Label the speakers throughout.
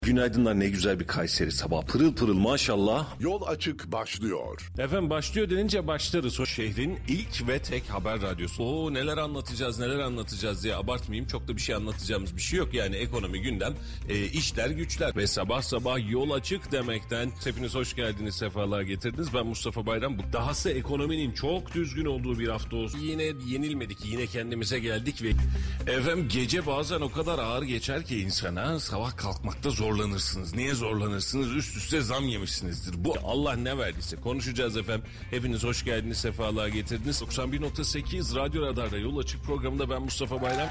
Speaker 1: Günaydınlar, ne güzel bir Kayseri sabah, pırıl pırıl maşallah.
Speaker 2: Yol Açık başlıyor.
Speaker 1: Efendim başlıyor denince başlarız. O şehrin ilk ve tek haber radyosu. Oo, neler anlatacağız diye abartmayayım. Çok da bir şey anlatacağımız bir şey yok. Yani ekonomi, gündem, işler güçler. Ve sabah sabah Yol Açık demekten hepiniz hoş geldiniz, sefalar getirdiniz. Ben Mustafa Bayram. Bu dahası ekonominin çok düzgün olduğu bir hafta olsun. Yine yenilmedik, yine kendimize geldik ve efendim gece bazen o kadar ağır geçer ki insana, sabah kalkmakta zorlanırsınız. Niye zorlanırsınız? Üst üste zam yemişsinizdir. Bu Allah ne verdiyse. Konuşacağız efendim. Hepiniz hoş geldiniz, sefalar getirdiniz. 91.8 Radyo Radar'da Yol Açık programında ben Mustafa Bayram.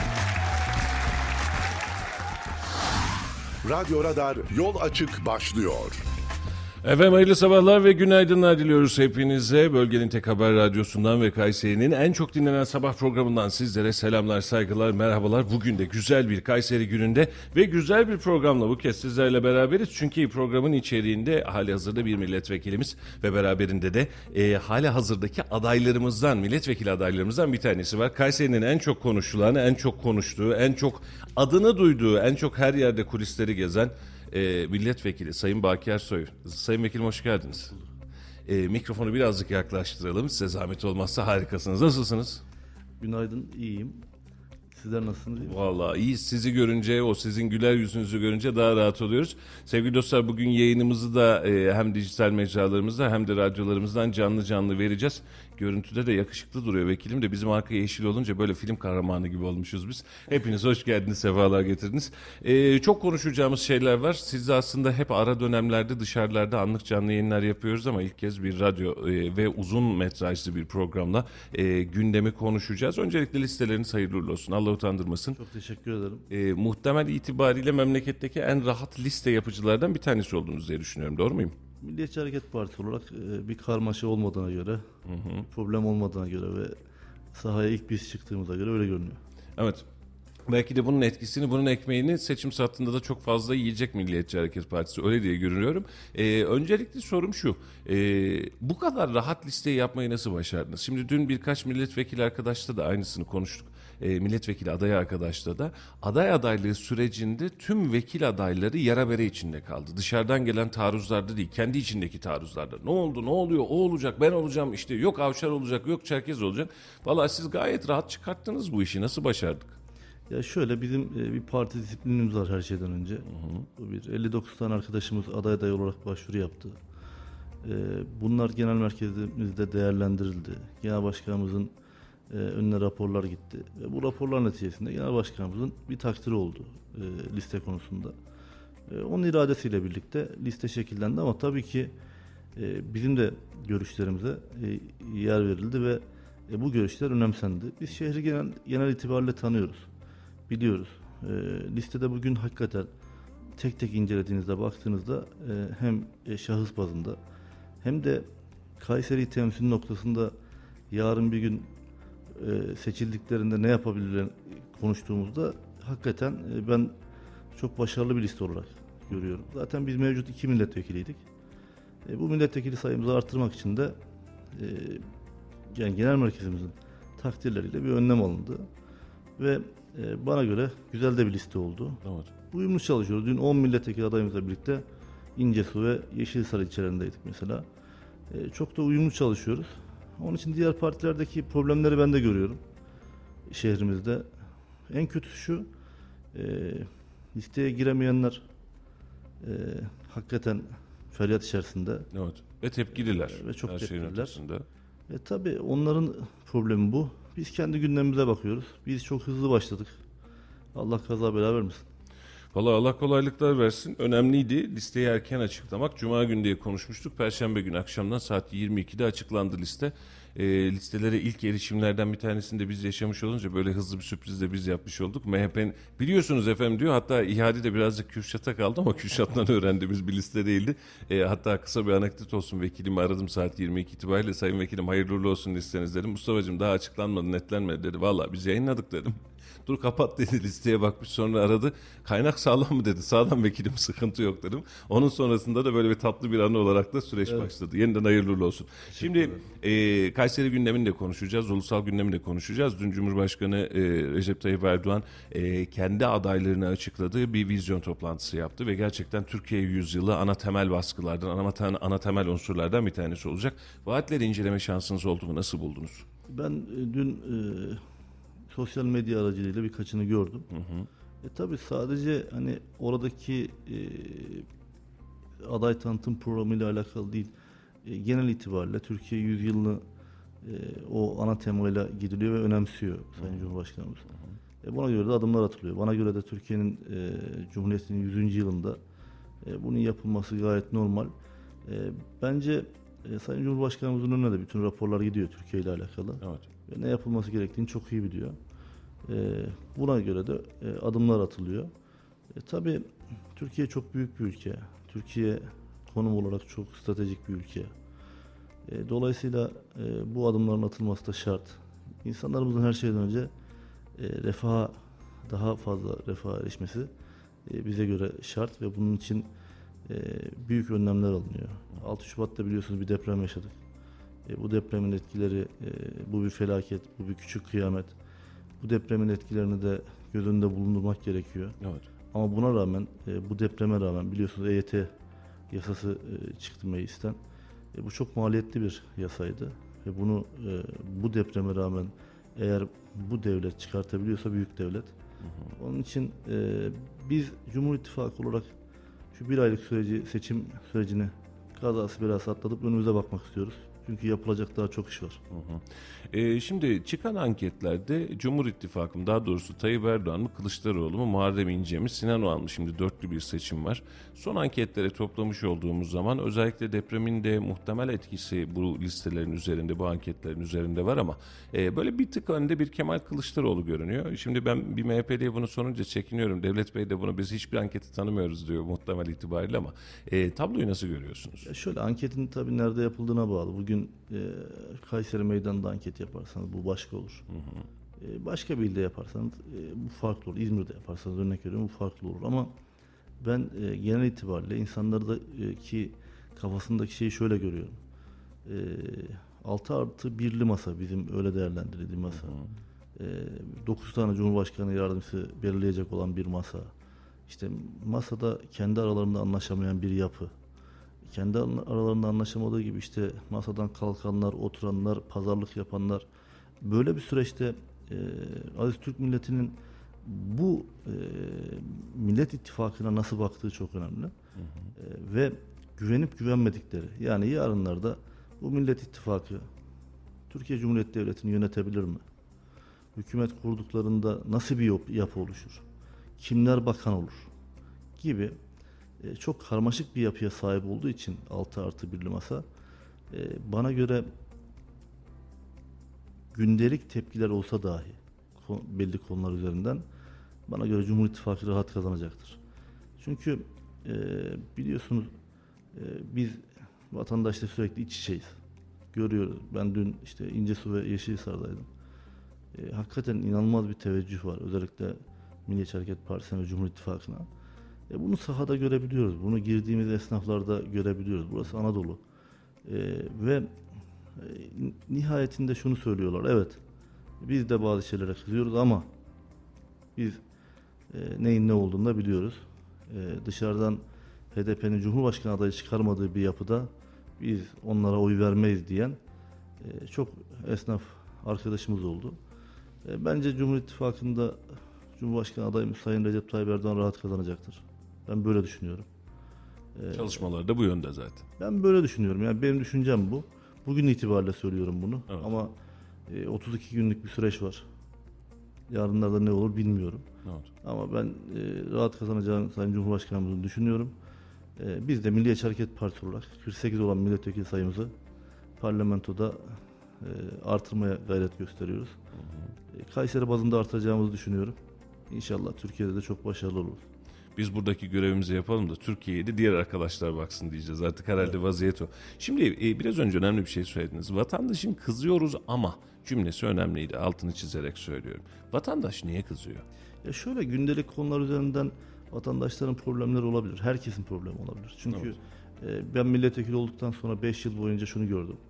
Speaker 2: Radyo Radar Yol Açık başlıyor.
Speaker 1: Efendim hayırlı sabahlar ve günaydınlar diliyoruz hepinize. Bölgenin tek haber radyosundan ve Kayseri'nin en çok dinlenen sabah programından sizlere selamlar, saygılar, merhabalar. Bugün de güzel bir Kayseri gününde ve güzel bir programla bu kez sizlerle beraberiz. Çünkü programın içeriğinde hali hazırda bir milletvekilimiz ve beraberinde de hali hazırdaki adaylarımızdan, milletvekili adaylarımızdan bir tanesi var. Kayseri'nin en çok konuşulan, en çok konuştuğu, en çok adını duyduğu, en çok her yerde kulisleri gezen milletvekili Sayın Baki Ersoy. Sayın Vekilim hoş geldiniz. Mikrofonu birazcık yaklaştıralım. Size zahmet olmazsa harikasınız. Nasılsınız?
Speaker 3: Günaydın, iyiyim. Sizler nasılsınız?
Speaker 1: Vallahi iyi. Sizi görünce, o sizin güler yüzünüzü görünce daha rahat oluyoruz. Sevgili dostlar, bugün yayınımızı da hem dijital mecralarımızda hem de radyolarımızdan canlı vereceğiz. Görüntüde de yakışıklı duruyor vekilim de, bizim arkaya yeşil olunca böyle film kahramanı gibi olmuşuz biz. Hepiniz hoş geldiniz, sefalar getirdiniz. Çok konuşacağımız şeyler var. Siz de aslında hep ara dönemlerde dışarılarda anlık canlı yayınlar yapıyoruz ama ilk kez bir radyo ve uzun metrajlı bir programla gündemi konuşacağız. Öncelikle listeleriniz hayırlı uğurlu olsun. Allah utandırmasın.
Speaker 3: Çok teşekkür ederim.
Speaker 1: Muhtemel itibariyle memleketteki en rahat liste yapıcılardan bir tanesi olduğunuzu diye düşünüyorum. Doğru muyum?
Speaker 3: Milliyetçi Hareket Partisi olarak bir karmaşa olmadığına göre, problem olmadığına göre ve sahaya ilk biz çıktığımıza göre öyle görünüyor. Evet.
Speaker 1: Belki de bunun etkisini, bunun ekmeğini seçim saatinde de çok fazla yiyecek Milliyetçi Hareket Partisi. Öyle diye görünüyorum. Öncelikle sorum şu. Bu kadar rahat listeyi yapmayı nasıl başardınız? Şimdi dün birkaç milletvekili arkadaşla da aynısını konuştuk. Milletvekili adayı arkadaşla da aday adaylığı sürecinde tüm vekil adayları yara bere içinde kaldı. Dışarıdan gelen taarruzlarda değil, kendi içindeki taarruzlarda. Ne oldu, ne oluyor, o olacak, ben olacağım, işte yok Avşar olacak, yok Çerkez olacak. Vallahi siz gayet rahat çıkarttınız bu işi. Nasıl başardık?
Speaker 3: Ya şöyle, bizim bir parti disiplinimiz var her şeyden önce. Bu bir 59 tane arkadaşımız aday olarak başvuru yaptı. Bunlar genel merkezimizde değerlendirildi. Genel başkanımızın önüne raporlar gitti. Ve bu raporlar neticesinde genel başkanımızın bir takdiri oldu liste konusunda. Onun iradesiyle birlikte liste şekillendi ama tabii ki bizim de görüşlerimize yer verildi ve bu görüşler önemsendi. Biz şehri genel itibariyle tanıyoruz, biliyoruz. Listede bugün hakikaten tek tek incelediğinizde, baktığınızda hem şahıs bazında hem de Kayseri temsil noktasında yarın bir gün seçildiklerinde ne yapabilirler konuştuğumuzda hakikaten ben çok başarılı bir liste olarak görüyorum. Zaten biz mevcut 2 milletvekiliydik. Bu milletvekili sayımızı artırmak için de yani genel merkezimizin takdirleriyle bir önlem alındı. Ve bana göre güzel de bir liste oldu.
Speaker 1: Evet.
Speaker 3: Uyumlu çalışıyoruz. Dün 10 milletvekili adayımızla birlikte İncesu ve Yeşilhisar ilçelerindeydik mesela. Çok da uyumlu çalışıyoruz. Onun için diğer partilerdeki problemleri ben de görüyorum şehrimizde. En kötüsü şu, listeye giremeyenler hakikaten feryat içerisinde.
Speaker 1: Evet. Ve tepkililer.
Speaker 3: Ve çok
Speaker 1: her
Speaker 3: tepkililer.
Speaker 1: Tabii
Speaker 3: onların problemi bu. Biz kendi gündemimize bakıyoruz. Biz çok hızlı başladık. Allah kaza bela vermesin.
Speaker 1: Vallahi Allah kolaylıklar versin. Önemliydi listeyi erken açıklamak. Cuma günü diye konuşmuştuk. Perşembe günü akşamdan saat 22'de açıklandı liste. Listelere ilk erişimlerden bir tanesini de biz yaşamış olunca böyle hızlı bir sürpriz de biz yapmış olduk. MHP'nin biliyorsunuz efendim diyor. Hatta ihale de birazcık Kürşat'a kaldı ama Kürşat'tan öğrendiğimiz bir liste değildi. Hatta kısa bir anekdot olsun. Vekilimi aradım saat 22 itibariyle. Sayın vekilim hayırlı uğurlu olsun listeniz dedim. Mustafa'cığım daha açıklanmadı, netlenmedi dedi. Vallahi biz yayınladık dedim. Dur kapat dedi, listeye bakmış, sonra aradı. Kaynak sağlam mı dedi. Sağlam vekilim, sıkıntı yok dedim. Onun sonrasında da böyle bir tatlı bir anı olarak da süreç başladı. Yeniden hayırlı uğurlu olsun. Şimdi Kayseri gündemini de konuşacağız, ulusal gündemi de konuşacağız. Dün Cumhurbaşkanı Recep Tayyip Erdoğan kendi adaylarını açıkladığı bir vizyon toplantısı yaptı ve gerçekten Türkiye yüzyılı ana temel baskılardan, ana temel unsurlardan bir tanesi olacak. Vaatleri inceleme şansınız oldu mu? Nasıl buldunuz?
Speaker 3: Ben dün sosyal medya aracılığıyla birkaçını gördüm. Tabii sadece hani oradaki aday tanıtım programıyla alakalı değil. Genel itibariyle Türkiye yüzyılını o ana temayla gidiliyor ve önemsiyor Sayın Cumhurbaşkanımız. Buna göre de adımlar atılıyor. Bana göre de Türkiye'nin Cumhuriyeti'nin 100. yılında bunun yapılması gayet normal. Bence Sayın Cumhurbaşkanımızın önüne de bütün raporlar gidiyor Türkiye ile alakalı.
Speaker 1: Evet.
Speaker 3: Ve ne yapılması gerektiğini çok iyi biliyor. Buna göre de adımlar atılıyor. Tabii Türkiye çok büyük bir ülke. Türkiye konum olarak çok stratejik bir ülke. Dolayısıyla bu adımların atılması da şart. İnsanlarımızın her şeyden önce daha fazla refaha erişmesi bize göre şart ve bunun için büyük önlemler alınıyor. 6 Şubat'ta biliyorsunuz bir deprem yaşadık. Bu depremin etkileri, bu bir felaket, bu bir küçük kıyamet. Bu depremin etkilerini de göz önünde bulundurmak gerekiyor.
Speaker 1: Evet.
Speaker 3: Ama buna rağmen, bu depreme rağmen biliyorsunuz EYT yasası çıktı meclisten. Bu çok maliyetli bir yasaydı. Ve bunu bu depreme rağmen eğer bu devlet çıkartabiliyorsa büyük devlet. Onun için biz Cumhur İttifakı olarak şu bir aylık seçim sürecini kazası belası atlatıp önümüze bakmak istiyoruz. Çünkü yapılacak daha çok iş var.
Speaker 1: Şimdi çıkan anketlerde Cumhur İttifakı, daha doğrusu Tayyip Erdoğan mı, Kılıçdaroğlu mu, Muharrem İnce mi, Sinan Oğan mı? Şimdi dörtlü bir seçim var. Son anketlere toplamış olduğumuz zaman özellikle depremin de muhtemel etkisi bu listelerin üzerinde, bu anketlerin üzerinde var ama böyle bir tık önde bir Kemal Kılıçdaroğlu görünüyor. Şimdi ben bir MHP'liye bunu sorunca çekiniyorum. Devlet Bey de bunu biz hiçbir anketi tanımıyoruz diyor muhtemel itibariyle ama tabloyu nasıl görüyorsunuz?
Speaker 3: Şöyle, anketin tabii nerede yapıldığına bağlı. Bugün Kayseri Meydanı'nda anket yaparsanız bu başka olur. Başka bir ilde yaparsanız bu farklı olur. İzmir'de yaparsanız örnek veriyorum bu farklı olur. Ama ben genel itibariyle insanlardaki kafasındaki şeyi şöyle görüyorum. 6+1'li masa bizim öyle değerlendirildiği masa. 9 tane Cumhurbaşkanı yardımcısı belirleyecek olan bir masa. İşte masada kendi aralarında anlaşamayan bir yapı. Kendi aralarında anlaşamadığı gibi işte masadan kalkanlar, oturanlar, pazarlık yapanlar. Böyle bir süreçte aziz Türk milletinin bu Millet İttifakı'na nasıl baktığı çok önemli. Ve güvenip güvenmedikleri. Yani yarınlarda bu Millet İttifakı Türkiye Cumhuriyeti Devleti'ni yönetebilir mi? Hükümet kurduklarında nasıl bir yapı oluşur? Kimler bakan olur? Gibi çok karmaşık bir yapıya sahip olduğu için 6+1'li masa bana göre gündelik tepkiler olsa dahi belli konular üzerinden bana göre Cumhur İttifakı rahat kazanacaktır. Çünkü biliyorsunuz biz vatandaşla sürekli iç içeyiz. Görüyoruz. Ben dün işte İncesu ve Yeşilhisar'daydım. Hakikaten inanılmaz bir teveccüh var. Özellikle Milliyetçi Hareket Partisi'ne ve Cumhur İttifakı'na. Bunu sahada görebiliyoruz. Bunu girdiğimiz esnaflarda görebiliyoruz. Burası Anadolu. Ve nihayetinde şunu söylüyorlar. Evet, biz de bazı şeylere kızıyoruz ama biz neyin ne olduğunu da biliyoruz. Dışarıdan HDP'nin Cumhurbaşkanı adayı çıkarmadığı bir yapıda biz onlara oy vermeyiz diyen çok esnaf arkadaşımız oldu. Bence Cumhur İttifakı'nda Cumhurbaşkanı adayımız Sayın Recep Tayyip Erdoğan rahat kazanacaktır. Ben böyle düşünüyorum.
Speaker 1: Çalışmalar da bu yönde zaten.
Speaker 3: Ben böyle düşünüyorum. Yani benim düşüncem bu. Bugün itibariyle söylüyorum bunu. Evet. Ama 32 günlük bir süreç var. Yarınlarda ne olur bilmiyorum.
Speaker 1: Evet.
Speaker 3: Ama ben rahat kazanacağını Sayın Cumhurbaşkanımızın düşünüyorum. Biz de Milliyetçi Hareket Partisi olarak 48 olan milletvekili sayımızı parlamentoda artırmaya gayret gösteriyoruz. Kayseri bazında artacağımızı düşünüyorum. İnşallah Türkiye'de de çok başarılı oluruz.
Speaker 1: Biz buradaki görevimizi yapalım da Türkiye'ye de diğer arkadaşlar baksın diyeceğiz. Artık herhalde vaziyet o. Şimdi biraz önce önemli bir şey söylediniz. Vatandaşın kızıyoruz ama cümlesi önemliydi. Altını çizerek söylüyorum. Vatandaş niye kızıyor?
Speaker 3: Ya şöyle, gündelik konular üzerinden vatandaşların problemleri olabilir. Herkesin problemi olabilir. Çünkü ben milletvekili olduktan sonra 5 yıl boyunca şunu gördüm.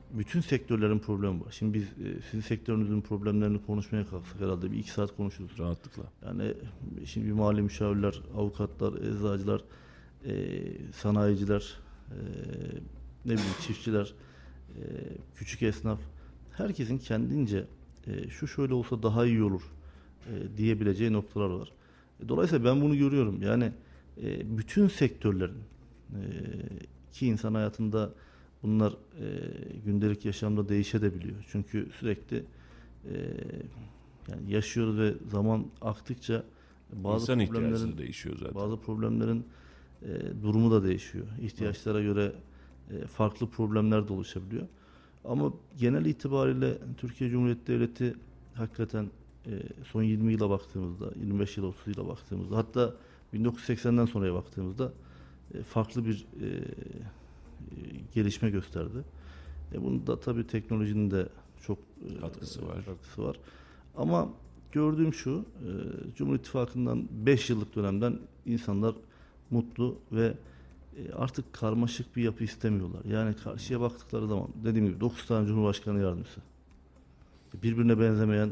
Speaker 3: bütün sektörlerin problemi var. Şimdi biz sizin sektörünüzün problemlerini konuşmaya kalksak herhalde bir 2 saat konuşuruz.
Speaker 1: Rahatlıkla.
Speaker 3: Yani şimdi bir mali müşavirler, avukatlar, eczacılar, sanayiciler, ne bileyim çiftçiler, küçük esnaf, herkesin kendince şu şöyle olsa daha iyi olur diyebileceği noktalar var. Dolayısıyla ben bunu görüyorum. Yani bütün sektörlerin ki insan hayatında bunlar gündelik yaşamda değişebiliyor. Çünkü sürekli yani yaşıyoruz ve zaman aktıkça bazı
Speaker 1: İnsan
Speaker 3: problemlerin
Speaker 1: ihtiyacı da değişiyor zaten.
Speaker 3: bazı problemlerin durumu da değişiyor. İhtiyaçlara göre farklı problemler de oluşabiliyor. Ama genel itibariyle Türkiye Cumhuriyeti Devleti hakikaten son 20 yıla baktığımızda, 25 yıla, 30 yıla baktığımızda, hatta 1980'den sonraya baktığımızda farklı bir gelişme gösterdi. Bunda tabii teknolojinin de çok katkısı var. Ama gördüğüm şu, Cumhur İttifakı'ndan 5 yıllık dönemden insanlar mutlu ve artık karmaşık bir yapı istemiyorlar. Yani karşıya baktıkları zaman dediğim gibi 9 tane Cumhurbaşkanı yardımcısı, birbirine benzemeyen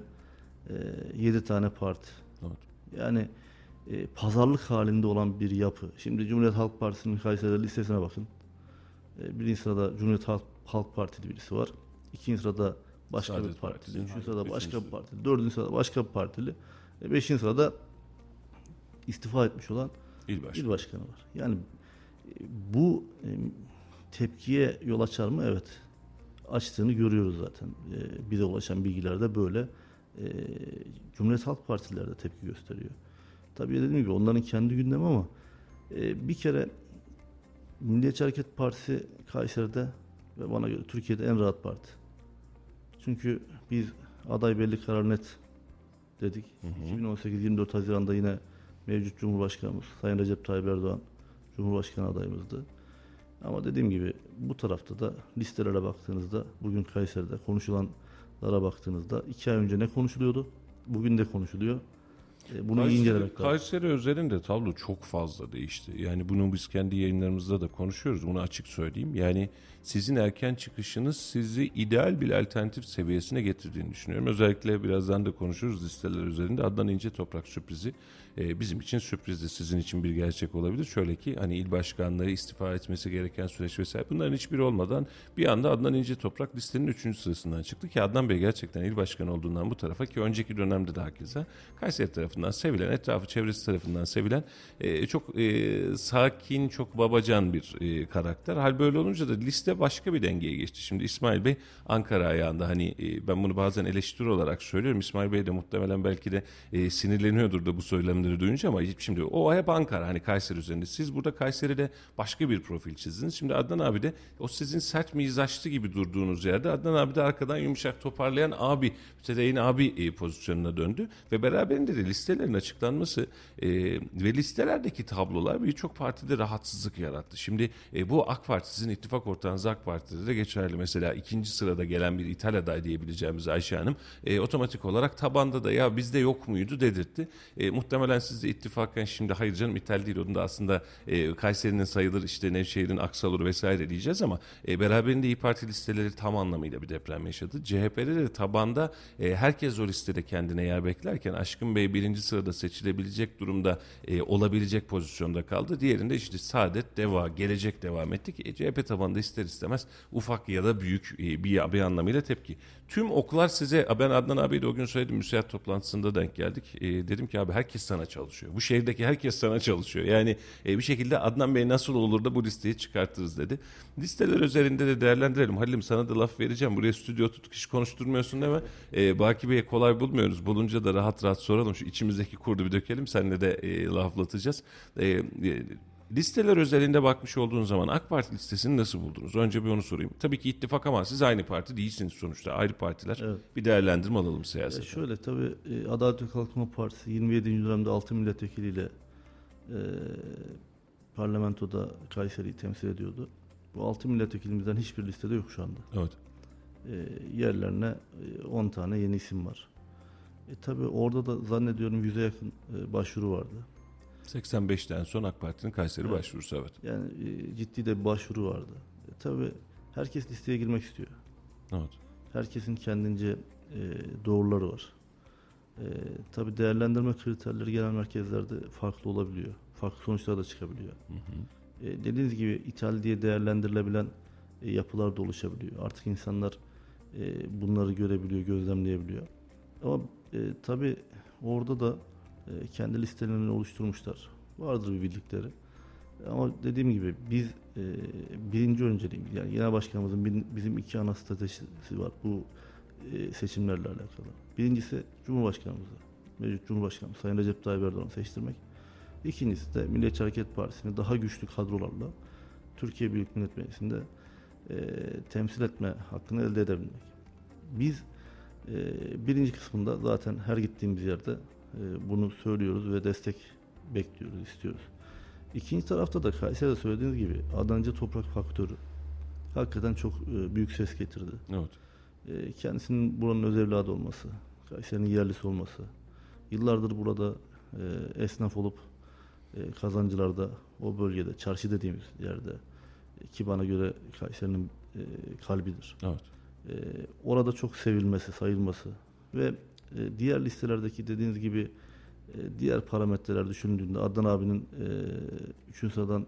Speaker 3: 7 tane parti.
Speaker 1: Evet.
Speaker 3: Yani pazarlık halinde olan bir yapı. Şimdi Cumhuriyet Halk Partisi'nin Kayseri listesine bakın. Birinci sırada Cumhuriyet Halk Partili birisi var. İkinci sırada başka
Speaker 1: Saadet
Speaker 3: bir partili.
Speaker 1: Partisi.
Speaker 3: Üçüncü sırada başka bir partili. Dördüncü sırada başka bir partili. Beşinci sırada istifa etmiş olan il başkanı var. Yani bu tepkiye yol açar mı? Evet. Açtığını görüyoruz zaten. Bize ulaşan bilgilerde böyle. Cumhuriyet Halk Partileri de tepki gösteriyor. Tabii dediğim gibi onların kendi gündemi ama bir kere Milliyetçi Hareket Partisi Kayseri'de ve bana göre Türkiye'de en rahat parti. Çünkü biz aday belli, karar net dedik. 2018-24 Haziran'da yine mevcut Cumhurbaşkanımız Sayın Recep Tayyip Erdoğan Cumhurbaşkanı adayımızdı. Ama dediğim gibi bu tarafta da listelere baktığınızda, bugün Kayseri'de konuşulanlara baktığınızda 2 ay önce ne konuşuluyordu? Bugün de konuşuluyor. Bunu iyi incelemek lazım.
Speaker 1: Kayseri özelinde tablo çok fazla değişti. Yani bunu biz kendi yayınlarımızda da konuşuyoruz. Bunu açık söyleyeyim. Yani sizin erken çıkışınız sizi ideal bir alternatif seviyesine getirdiğini düşünüyorum. Özellikle birazdan da konuşuruz listeler üzerinde. Adnan İncetoprak sürprizi bizim için sürprizdi. Sizin için bir gerçek olabilir. Şöyle ki hani il başkanlığı istifa etmesi gereken süreç vesaire bunların hiçbiri olmadan bir anda Adnan İncetoprak listenin 3. sırasından çıktı ki Adnan Bey gerçekten il başkanı olduğundan bu tarafa ki önceki dönemde de hakeza Kayseri tarafından sevilen, etrafı çevresi tarafından sevilen çok sakin, çok babacan bir karakter. Hal böyle olunca da liste başka bir dengeye geçti. Şimdi İsmail Bey Ankara ayağında hani ben bunu bazen eleştiri olarak söylüyorum. İsmail Bey de muhtemelen belki de sinirleniyordur da bu söylemleri duyunca ama şimdi o hep Ankara hani Kayseri üzerinde. Siz burada Kayseri'de başka bir profil çizdiniz. Şimdi Adnan abi de o sizin sert mizaçlı gibi durduğunuz yerde Adnan abi de arkadan yumuşak toparlayan abi, mütedeyyin abi pozisyonuna döndü ve beraberinde de listelerin açıklanması ve listelerdeki tablolar birçok partide rahatsızlık yarattı. Şimdi bu AK Parti sizin ittifak ortağınız AK Parti'de de geçerli. Mesela 2. sırada gelen bir ithal aday diyebileceğimiz Ayşe Hanım otomatik olarak tabanda da ya bizde yok muydu dedirtti. Muhtemelen siz de ittifakken şimdi hayır canım ithal değil onun da aslında Kayseri'nin sayılır işte Nevşehir'in Aksalur vesaire diyeceğiz ama beraberinde İYİ Parti listeleri tam anlamıyla bir deprem yaşadı. CHP'de de tabanda herkes o listede kendine yer beklerken Aşkın Bey 1. sırada seçilebilecek durumda olabilecek pozisyonda kaldı. Diğerinde işte Saadet, Deva, Gelecek devam ettik. CHP tabanında ister istemez ufak ya da büyük bir anlamıyla tepki. Tüm oklar size ben Adnan abiye de o gün söyledim müsait toplantısında denk geldik. Dedim ki abi herkes sana çalışıyor. Bu şehirdeki herkes sana çalışıyor. Yani bir şekilde Adnan Bey nasıl olur da bu listeyi çıkartırız dedi. Listeler üzerinde de değerlendirelim. Halil'im sana da laf vereceğim. Buraya stüdyo tutuk hiç konuşturmuyorsun deme. Baki Bey'e kolay bulmuyoruz. Bulunca da rahat rahat soralım. Şu içimizdeki kurdu bir dökelim. Seninle de laflatacağız. Listeler özelinde bakmış olduğun zaman AK Parti listesini nasıl buldunuz? Önce bir onu sorayım. Tabii ki ittifak ama siz aynı parti değilsiniz sonuçta. Ayrı partiler. Evet. Bir değerlendirme alalım siyasete.
Speaker 3: Şöyle tabii Adalet ve Kalkınma Partisi 27. dönemde 6 milletvekiliyle parlamentoda Kayseri'yi temsil ediyordu. Bu 6 milletvekilimizden hiçbir listede yok şu anda.
Speaker 1: Evet.
Speaker 3: Yerlerine 10 tane yeni isim var. Tabii orada da zannediyorum 100'e yakın başvuru vardı.
Speaker 1: 85'ten son AK Parti'nin Kayseri başvurusu evet.
Speaker 3: Yani ciddi de bir başvuru vardı. Tabii herkes listeye girmek istiyor.
Speaker 1: Evet.
Speaker 3: Herkesin kendince doğruları var. Tabii değerlendirme kriterleri genel merkezlerde farklı olabiliyor. Farklı sonuçlar da çıkabiliyor. Dediğiniz gibi ithal diye değerlendirilebilen yapılar da oluşabiliyor. Artık insanlar bunları görebiliyor, gözlemleyebiliyor. Ama tabii orada da kendi listelerini oluşturmuşlar. Vardır bir bildikleri. Ama dediğim gibi biz birinci önceliğimiz, yani genel başkanımızın bizim iki ana stratejisi var bu seçimlerle alakalı. Birincisi Cumhurbaşkanımızı, mevcut Cumhurbaşkanımız Sayın Recep Tayyip Erdoğan'ı seçtirmek. İkincisi de Milliyetçi Hareket Partisi'ni daha güçlü kadrolarla Türkiye Büyük Millet Meclisi'nde temsil etme hakkını elde edebilmek. Biz birinci kısmında zaten her gittiğimiz yerde bunu söylüyoruz ve destek bekliyoruz, istiyoruz. İkinci tarafta da Kayseri'de söylediğiniz gibi Adancı toprak faktörü hakikaten çok büyük ses getirdi.
Speaker 1: Evet.
Speaker 3: Kendisinin buranın öz evladı olması, Kayseri'nin yerlisi olması, yıllardır burada esnaf olup kazancılarda, o bölgede, çarşı dediğimiz yerde ki bana göre Kayseri'nin kalbidir.
Speaker 1: Evet.
Speaker 3: Orada çok sevilmesi, sayılması ve diğer listelerdeki dediğiniz gibi diğer parametreler düşünüldüğünde Adnan abinin 3. sıradan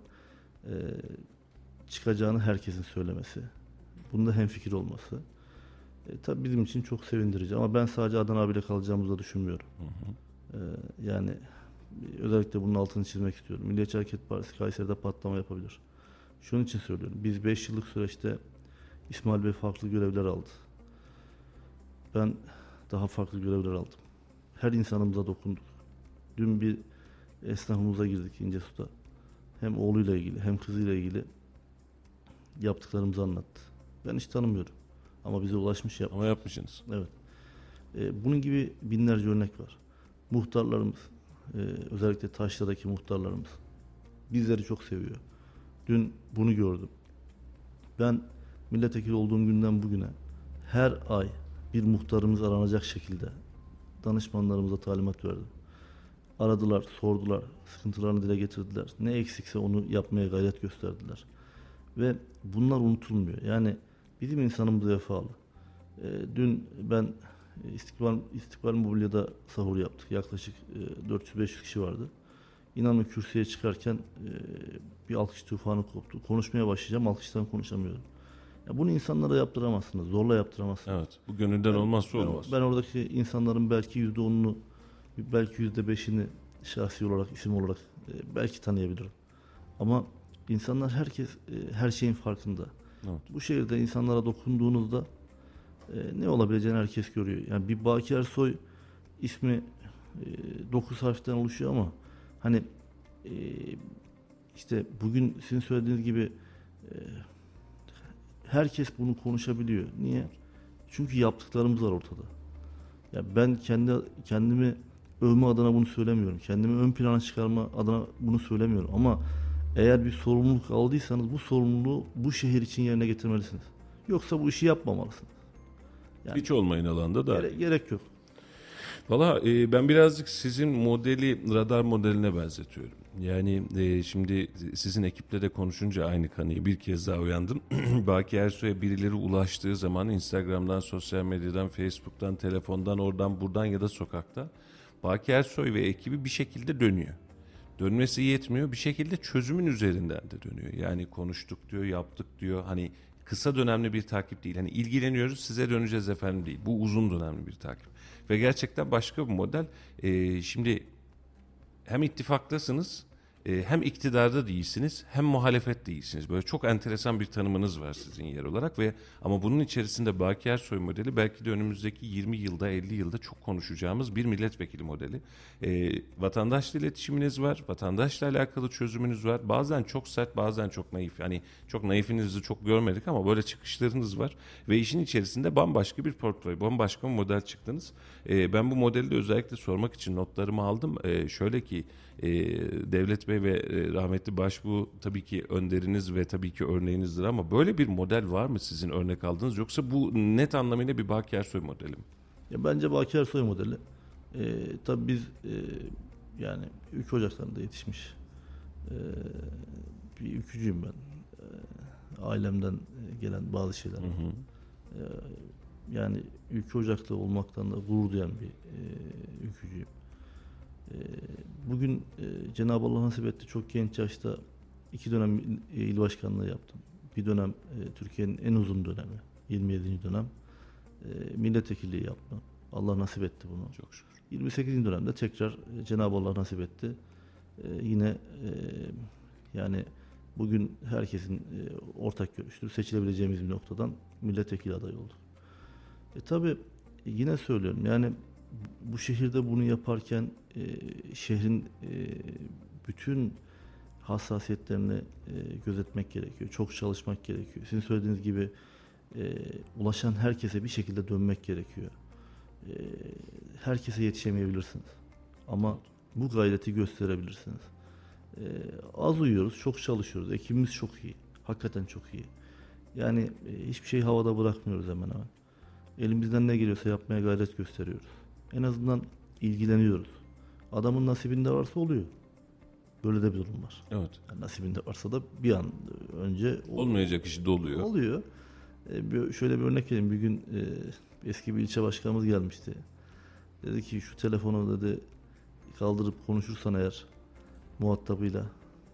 Speaker 3: çıkacağını herkesin söylemesi, bunda hemfikir olması tabii bizim için çok sevindirici ama ben sadece Adnan abiyle kalacağımızı da düşünmüyorum. Yani özellikle bunun altını çizmek istiyorum. Milliyetçi Hareket Partisi Kayseri'de patlama yapabilir. Şunun için söylüyorum. Biz 5 yıllık süreçte İsmail Bey farklı görevler aldı. Ben daha farklı görevler aldım. Her insanımıza dokunduk. Dün bir esnafımıza girdik İncesu'da. Hem oğluyla ilgili hem kızıyla ilgili yaptıklarımızı anlattı. Ben hiç tanımıyorum. Ama bize ulaşmış yapmış.
Speaker 1: Ama yapmışsınız.
Speaker 3: Evet. Bunun gibi binlerce örnek var. Muhtarlarımız, özellikle Taşra'daki muhtarlarımız bizleri çok seviyor. Dün bunu gördüm. Ben milletvekili olduğum günden bugüne her ay bir muhtarımız aranacak şekilde danışmanlarımıza talimat verdim. Aradılar, sordular, sıkıntılarını dile getirdiler. Ne eksikse onu yapmaya gayret gösterdiler. Ve bunlar unutulmuyor. Yani bizim insanımız vefalı. Dün ben İstikbal Mobilya'da sahur yaptık. Yaklaşık 400-500 kişi vardı. İnanın kürsüye çıkarken bir alkış tufanı koptu. Konuşmaya başlayacağım, alkıştan konuşamıyorum. Ya bunu insanlara yaptıramazsınız, zorla yaptıramazsınız.
Speaker 1: Evet. Bu gönülden olmazsa olmaz.
Speaker 3: Ben oradaki insanların belki %10'unu, belki %5'ini şahsi olarak, isim olarak belki tanıyabilirim. Ama insanlar, herkes her şeyin farkında.
Speaker 1: Evet.
Speaker 3: Bu şehirde insanlara dokunduğunuzda ne olabileceğini herkes görüyor. Yani bir Baki Ersoy ismi 9 harften oluşuyor ama hani işte bugün sizin söylediğiniz gibi herkes bunu konuşabiliyor. Niye? Çünkü yaptıklarımız var ortada. Ya ben kendimi övme adına bunu söylemiyorum. Kendimi ön plana çıkarma adına bunu söylemiyorum. Ama eğer bir sorumluluk aldıysanız bu sorumluluğu bu şehir için yerine getirmelisiniz. Yoksa bu işi yapmamalısınız. Yani
Speaker 1: Hiç olmayın alanda da.
Speaker 3: gerek yok.
Speaker 1: Valla ben birazcık sizin modeli radar modeline benzetiyorum. Yani şimdi sizin ekiple de konuşunca aynı kanıya bir kez daha uyandım. Baki Ersoy'a birileri ulaştığı zaman Instagram'dan, sosyal medyadan, Facebook'tan, telefondan, oradan buradan ya da sokakta Baki Ersoy ve ekibi bir şekilde dönüyor. Dönmesi yetmiyor, bir şekilde çözümün üzerinden de dönüyor. Yani konuştuk diyor, yaptık diyor. Hani kısa dönemli bir takip değil. Hani ilgileniyoruz, size döneceğiz efendim değil. Bu uzun dönemli bir takip. Ve gerçekten başka bir model. Şimdi hem ittifaktasınız, hem iktidarda değilsiniz, hem muhalefet değilsiniz. Böyle çok enteresan bir tanımınız var sizin yer olarak ve ama bunun içerisinde Baki Ersoy modeli belki de önümüzdeki 20 yılda, 50 yılda çok konuşacağımız bir milletvekili modeli. Vatandaşla iletişiminiz var, vatandaşla alakalı çözümünüz var. Bazen çok sert, bazen çok naif. Yani çok naifinizi çok görmedik ama böyle çıkışlarınız var ve işin içerisinde bambaşka bir portföy, bambaşka bir model çıktınız. Ben bu modeli de özellikle sormak için notlarımı aldım. Şöyle ki Devlet Bey ve rahmetli Başbuğ tabii ki önderiniz ve tabii ki örneğinizdir ama böyle bir model var mı sizin örnek aldığınız, yoksa bu net anlamıyla bir Baki Ersoy modeli mi?
Speaker 3: Ya bence Baki Ersoy modeli. Tabii biz yani ülke ocaklarında yetişmiş bir ülkücüyüm ben. Ailemden gelen bazı şeyler var. Yani Ülke Ocak'ta olmaktan da gurur duyan bir ülkücüyüm. Bugün Cenab-ı Allah nasip etti. Çok genç yaşta 2 dönem il başkanlığı yaptım. Bir dönem Türkiye'nin en uzun dönemi, 27. dönem milletvekilliği yaptım. Allah nasip etti bunu.
Speaker 1: Çok şükür.
Speaker 3: 28. dönemde tekrar Cenab-ı Allah nasip etti. Yine yani bugün herkesin ortak görüştür seçilebileceğimiz bir noktadan milletvekili adayı olduk. Tabii yine söylüyorum, yani bu şehirde bunu yaparken şehrin bütün hassasiyetlerini gözetmek gerekiyor. Çok çalışmak gerekiyor. Sizin söylediğiniz gibi ulaşan herkese bir şekilde dönmek gerekiyor. Herkese yetişemeyebilirsiniz. Ama bu gayreti gösterebilirsiniz. Az uyuyoruz, çok çalışıyoruz. Ekibimiz çok iyi. Hakikaten çok iyi. Yani hiçbir şeyi havada bırakmıyoruz hemen hemen. Elimizden ne geliyorsa yapmaya gayret gösteriyoruz. En azından ilgileniyoruz. Adamın nasibinde varsa oluyor. Böyle de bir durum var.
Speaker 1: Evet.
Speaker 3: Yani nasibinde varsa da bir an önce
Speaker 1: Olmayacak işi de oluyor.
Speaker 3: Oluyor. Şöyle bir örnek vereyim. Bir gün eski bir ilçe başkanımız gelmişti. Dedi ki şu telefonu dedi kaldırıp konuşursan eğer muhatabıyla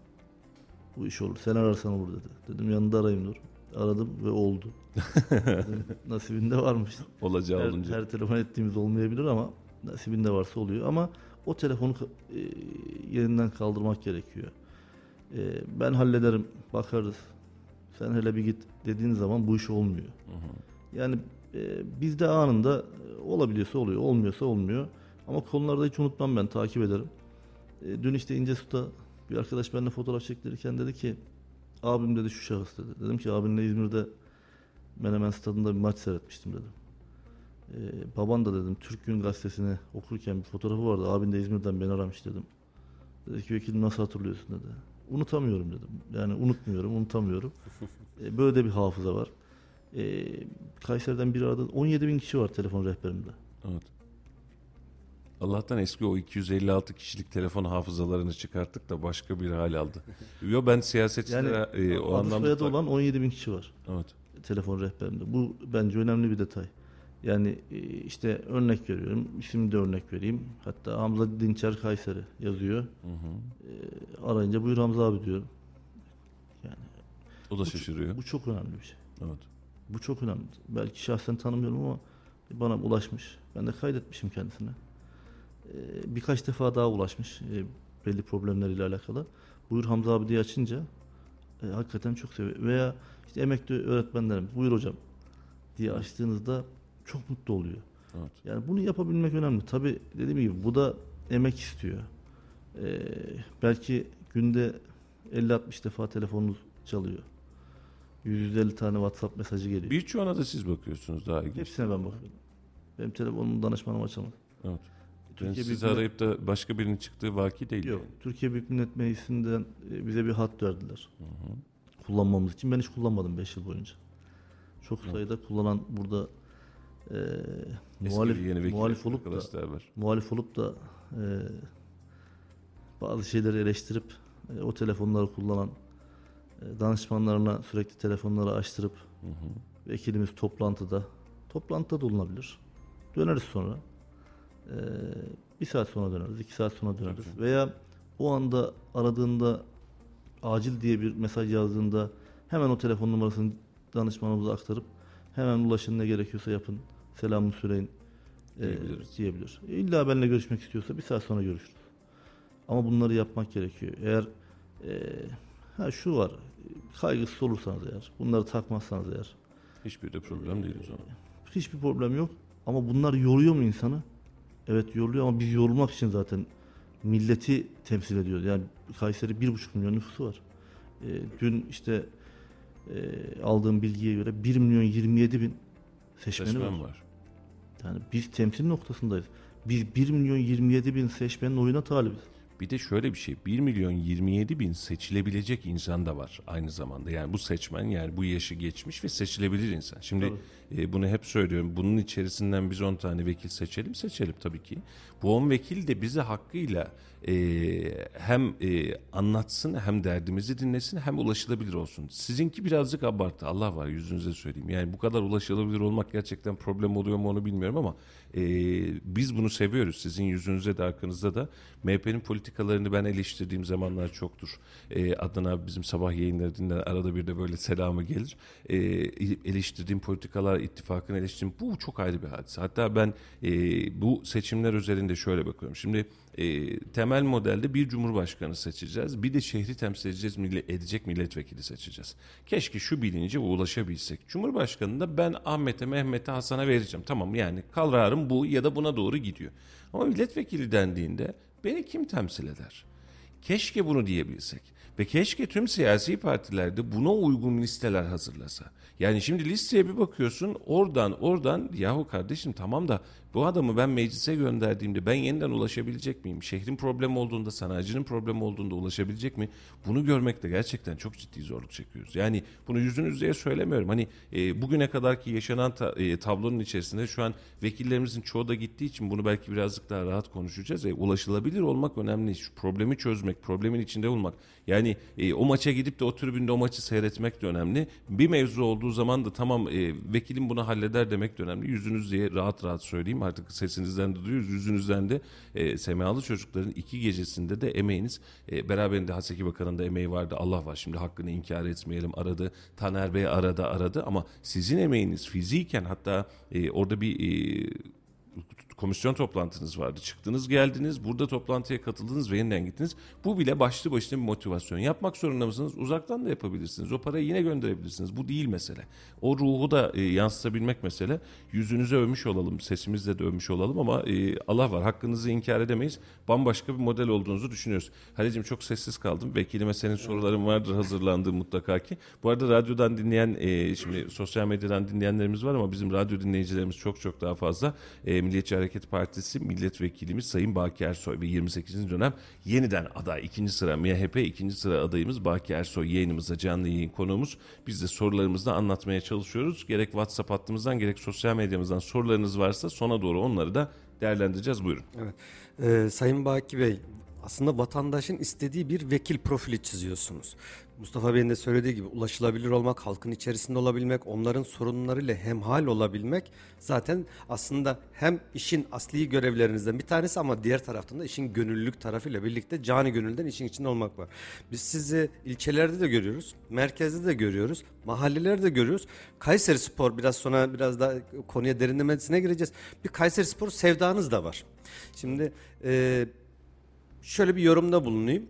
Speaker 3: bu iş olur. Sen ararsan olur dedi. Dedim yanında arayayım dur. Aradım ve oldu. Dedim, nasibinde varmış.
Speaker 1: Olacağı olunca.
Speaker 3: Her telefon ettiğimiz olmayabilir ama nasibinde varsa oluyor. Ama o telefonu yerinden kaldırmak gerekiyor. Ben hallederim, bakarız. Sen hele bir git dediğin zaman bu iş olmuyor. Yani bizde anında olabiliyorsa oluyor, olmuyorsa olmuyor. Ama konularda hiç unutmam, ben takip ederim. Dün işte İncesu'da bir arkadaş benimle fotoğraf çektirirken dedi ki abim dedi şu şahıs dedi. Dedim ki abinle İzmir'de Menemen Stadı'nda bir maç seyretmiştim dedim. Baban da dedim Türk Gün Gazetesi'ni okurken bir fotoğrafı vardı. Abin de İzmir'den beni aramış dedim. Dedi ki vekilim nasıl hatırlıyorsun dedi. Unutamıyorum dedim. Yani unutmuyorum, unutamıyorum. Böyle de bir hafıza var. Kayseri'den biri aradı. 17.000 kişi var telefon rehberimde.
Speaker 1: Evet. Allah'tan eski o 256 kişilik telefon hafızalarını çıkarttık da başka bir hal aldı. Yo, ben siyasetçilere
Speaker 3: Yani
Speaker 1: o
Speaker 3: adı
Speaker 1: anlamda
Speaker 3: soyadı olan 17.000 kişi var.
Speaker 1: Evet.
Speaker 3: Telefon rehberimde. Bu bence önemli bir detay. Yani işte örnek veriyorum. İsim de örnek vereyim. Hatta Hamza Dinçer Kayseri yazıyor. Arayınca buyur Hamza abi diyor. Yani
Speaker 1: O da şaşırıyor.
Speaker 3: bu çok önemli bir şey.
Speaker 1: Evet.
Speaker 3: Bu çok önemli. Belki şahsen tanımıyorum ama bana ulaşmış. Ben de kaydetmişim kendisine. Birkaç defa daha ulaşmış belli problemleriyle alakalı. Buyur Hamza abi diye açınca hakikaten çok seviyor. Veya işte emekli öğretmenlerim buyur hocam diye açtığınızda çok mutlu oluyor.
Speaker 1: Evet.
Speaker 3: Yani bunu yapabilmek önemli. Tabii dediğim gibi bu da emek istiyor. Belki günde 50-60 defa telefonunuz çalıyor. 150 tane WhatsApp mesajı geliyor.
Speaker 1: Birçoğuna da siz bakıyorsunuz daha ilginç.
Speaker 3: Hepsine ben bakıyorum. Benim telefonumu danışmanım açamaz.
Speaker 1: Evet.
Speaker 3: Türkiye
Speaker 1: Sizi
Speaker 3: Büyük
Speaker 1: arayıp da başka birinin çıktığı vaki değil.
Speaker 3: Yok.
Speaker 1: Yani.
Speaker 3: Türkiye Büyük Millet Meclisi'nden bize bir hat verdiler. Kullanmamız için. Ben hiç kullanmadım 5 yıl boyunca. Çok sayıda kullanan burada muhalif olup da bazı şeyleri eleştirip o telefonları kullanan danışmanlarına sürekli telefonları açtırıp vekilimiz toplantıda da olunabilir. Döneriz sonra. 1 saat sonra döneriz, 2 saat sonra döneriz. Veya o anda aradığında acil diye bir mesaj yazdığında hemen o telefon numarasını danışmanımıza aktarıp hemen ulaşın, ne gerekiyorsa yapın, selamını söyleyin diyebilir. İlla benimle görüşmek istiyorsa 1 saat sonra görüşürüz. Ama bunları yapmak gerekiyor. Eğer şu var, kaygısız olursanız eğer, bunları takmazsanız eğer.
Speaker 1: Hiçbir de problem değil o zaman.
Speaker 3: Hiçbir problem yok. Ama bunlar yoruyor mu insanı? Evet yoruluyor ama biz yorulmak için zaten milleti temsil ediyoruz. Yani Kayseri 1,5 milyon nüfusu var. Dün işte aldığım bilgiye göre 1.027.000 seçmeni var. Yani biz temsil noktasındayız. Biz 1.027.000 seçmenin oyuna talibiz.
Speaker 1: Bir de şöyle bir şey, 1.027.000 seçilebilecek insan da var aynı zamanda. Yani bu seçmen, yani bu yaşı geçmiş ve seçilebilir insan. Şimdi bunu hep söylüyorum. Bunun içerisinden biz 10 tane vekil seçelim tabii ki. Bu 10 vekil de bize hakkıyla hem anlatsın, hem derdimizi dinlesin, hem ulaşılabilir olsun. Sizinki birazcık abartı, Allah var, yüzünüze söyleyeyim. Yani bu kadar ulaşılabilir olmak gerçekten problem oluyor mu onu bilmiyorum ama biz bunu seviyoruz. Sizin yüzünüze de arkanızda da. MHP'nin politikalarını ben eleştirdiğim zamanlar çoktur. Adnan abi bizim sabah yayınlarından arada bir de böyle selamı gelir. Eleştirdiğim politikalar, ittifakın eleştirdiğim, bu çok ayrı bir hadise. Hatta ben bu seçimler üzerinde şöyle bakıyorum. Şimdi temel modelde bir cumhurbaşkanı seçeceğiz. Bir de şehri temsil edecek milletvekili seçeceğiz. Keşke şu bilince ulaşabilsek. Cumhurbaşkanını ben Ahmet'e, Mehmet'e, Hasan'a vereceğim. Tamam, yani kararım bu ya da buna doğru gidiyor. Ama milletvekili dendiğinde beni kim temsil eder? Keşke bunu diyebilsek. Ve keşke tüm siyasi partilerde buna uygun listeler hazırlasa. Yani şimdi listeye bir bakıyorsun, oradan yahu kardeşim tamam da bu adamı ben meclise gönderdiğimde ben yeniden ulaşabilecek miyim? Şehrin problemi olduğunda, sanayicinin problemi olduğunda ulaşabilecek mi? Bunu görmekte gerçekten çok ciddi zorluk çekiyoruz. Yani bunu yüzünüzde söylemiyorum. Hani bugüne kadarki yaşanan tablonun içerisinde şu an vekillerimizin çoğu da gittiği için bunu belki birazcık daha rahat konuşacağız. Ulaşılabilir olmak önemli. Şu problemi çözmek, problemin içinde olmak. Yani o maça gidip de o tribünde o maçı seyretmek de önemli. Bir mevzu olduğu zaman da tamam vekilim bunu halleder demek de önemli. Yüzünüzde rahat rahat söyleyeyim. Artık sesinizden de duyuyoruz. Yüzünüzden de Semalı Çocukların 2 gecesinde de emeğiniz, beraberinde Haseki Bakan'ın da emeği vardı. Allah var, şimdi hakkını inkar etmeyelim, aradı. Taner Bey aradı ama sizin emeğiniz fiziken, hatta orada bir komisyon toplantınız vardı. Çıktınız, geldiniz, burada toplantıya katıldınız ve yeniden gittiniz. Bu bile başlı başına bir motivasyon. Yapmak zorunda mısınız? Uzaktan da yapabilirsiniz. O parayı yine gönderebilirsiniz. Bu değil mesele. O ruhu da yansıtabilmek mesele. Yüzünüze övmüş olalım, sesimizle de övmüş olalım ama Allah var, hakkınızı inkar edemeyiz. Bambaşka bir model olduğunuzu düşünüyoruz. Halicim, çok sessiz kaldım. Vekilime senin soruların vardır hazırlandığı mutlaka ki. Bu arada radyodan dinleyen, şimdi sosyal medyadan dinleyenlerimiz var ama bizim radyo dinleyicilerimiz çok çok daha fazla. Milliyetçi Hareket Partisi milletvekilimiz Sayın Baki Ersoy ve 28. dönem yeniden aday, 2. sıra MHP 2. sıra adayımız Baki Ersoy yayınımızda canlı yayın konuğumuz. Biz de sorularımızı anlatmaya çalışıyoruz. Gerek WhatsApp hattımızdan gerek sosyal medyamızdan sorularınız varsa sona doğru onları da değerlendireceğiz. Buyurun.
Speaker 4: Evet. Sayın Baki Bey, aslında vatandaşın istediği bir vekil profili çiziyorsunuz. Mustafa Bey'in de söylediği gibi ulaşılabilir olmak, halkın içerisinde olabilmek, onların sorunlarıyla hemhal olabilmek zaten aslında hem işin asli görevlerinizden bir tanesi ama diğer taraftan da işin gönüllülük tarafıyla birlikte cani gönülden işin içinde olmak var. Biz sizi ilçelerde de görüyoruz, merkezde de görüyoruz, mahallelerde de görüyoruz. Kayserispor, biraz sonra biraz daha konuya derinlemesine gireceğiz. Bir Kayserispor sevdanız da var. Şimdi şöyle bir yorumda bulunayım.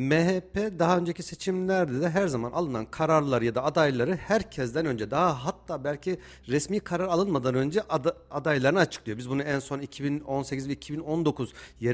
Speaker 4: MHP daha önceki seçimlerde de her zaman alınan kararlar ya da adayları herkesten önce, daha hatta belki resmi karar alınmadan önce adaylarını açıklıyor. Biz bunu en son 2018 ve 2019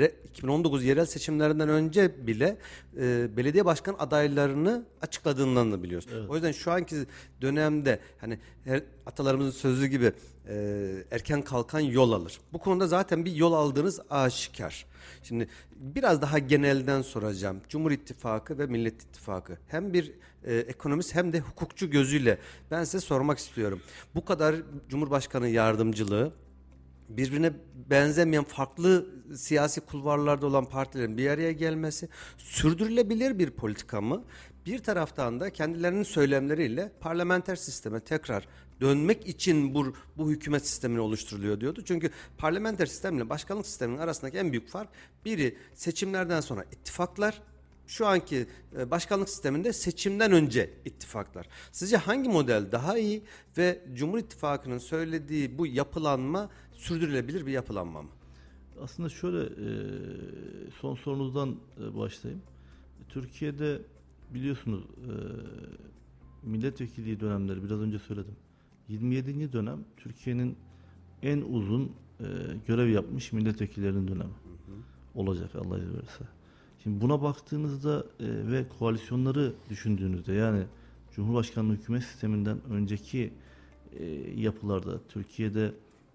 Speaker 4: yerel seçimlerinden önce bile belediye başkan adaylarını açıkladığından da biliyoruz. Evet. O yüzden şu anki dönemde hani atalarımızın sözü gibi erken kalkan yol alır. Bu konuda zaten bir yol aldığınız aşikar. Şimdi biraz daha genelden soracağım. Cumhur İttifakı ve Millet İttifakı, hem bir ekonomist hem de hukukçu gözüyle ben size sormak istiyorum. Bu kadar Cumhurbaşkanı yardımcılığı, birbirine benzemeyen farklı siyasi kulvarlarda olan partilerin bir araya gelmesi sürdürülebilir bir politika mı? Bir taraftan da kendilerinin söylemleriyle parlamenter sisteme tekrar dönmek için bu hükümet sistemini oluşturuluyor diyordu. Çünkü parlamenter sistemle başkanlık sisteminin arasındaki en büyük fark, biri seçimlerden sonra ittifaklar, şu anki başkanlık sisteminde seçimden önce ittifaklar. Sizce hangi model daha iyi ve Cumhur İttifakı'nın söylediği bu yapılanma sürdürülebilir bir yapılanma mı?
Speaker 3: Aslında şöyle, son sorunuzdan başlayayım. Türkiye'de biliyorsunuz milletvekilliği dönemleri biraz önce söyledim. 27. dönem Türkiye'nin en uzun görev yapmış milletvekillerinin dönemi olacak Allah izin verirse. Şimdi buna baktığınızda ve koalisyonları düşündüğünüzde, yani Cumhurbaşkanlığı hükümet sisteminden önceki yapılarda Türkiye'de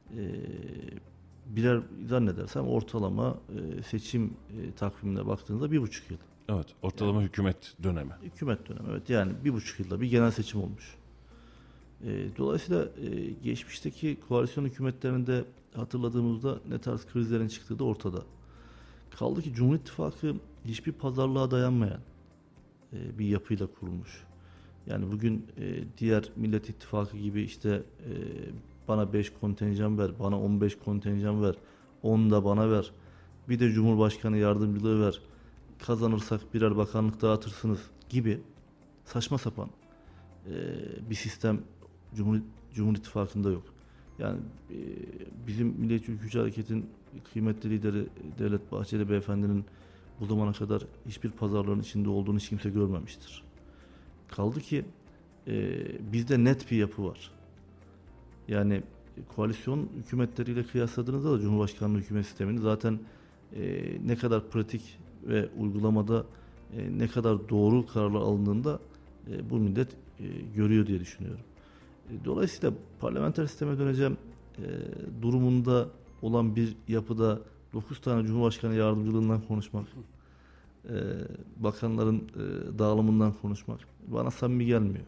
Speaker 3: birer zannedersem ortalama seçim takvimine baktığınızda 1,5 yıl.
Speaker 1: Evet, ortalama yani, hükümet dönemi.
Speaker 3: Hükümet dönemi, evet, yani 1,5 yılda bir genel seçim olmuş. Dolayısıyla geçmişteki koalisyon hükümetlerinde hatırladığımızda ne tarz krizlerin çıktığı da ortada. Kaldı ki Cumhur İttifakı hiçbir pazarlığa dayanmayan bir yapıyla kurulmuş. Yani bugün diğer Millet İttifakı gibi işte bana 5 kontenjan ver, bana 15 kontenjan ver, 10 da bana ver, bir de Cumhurbaşkanı yardımcılığı ver, kazanırsak birer bakanlık dağıtırsınız gibi saçma sapan bir sistem Cumhur İttifakı'nda yok. Yani bizim Milliyetçi Ülkücü Hareket'in kıymetli lideri Devlet Bahçeli Beyefendi'nin bu zamana kadar hiçbir pazarlığın içinde olduğunu hiç kimse görmemiştir. Kaldı ki bizde net bir yapı var. Yani koalisyon hükümetleriyle kıyasladığınızda da Cumhurbaşkanlığı hükümet sistemini zaten ne kadar pratik ve uygulamada ne kadar doğru kararlar alındığında bu millet görüyor diye düşünüyorum. Dolayısıyla parlamenter sisteme döneceğim durumunda olan bir yapıda 9 tane Cumhurbaşkanı yardımcılığından konuşmak, bakanların dağılımından konuşmak bana samimi gelmiyor.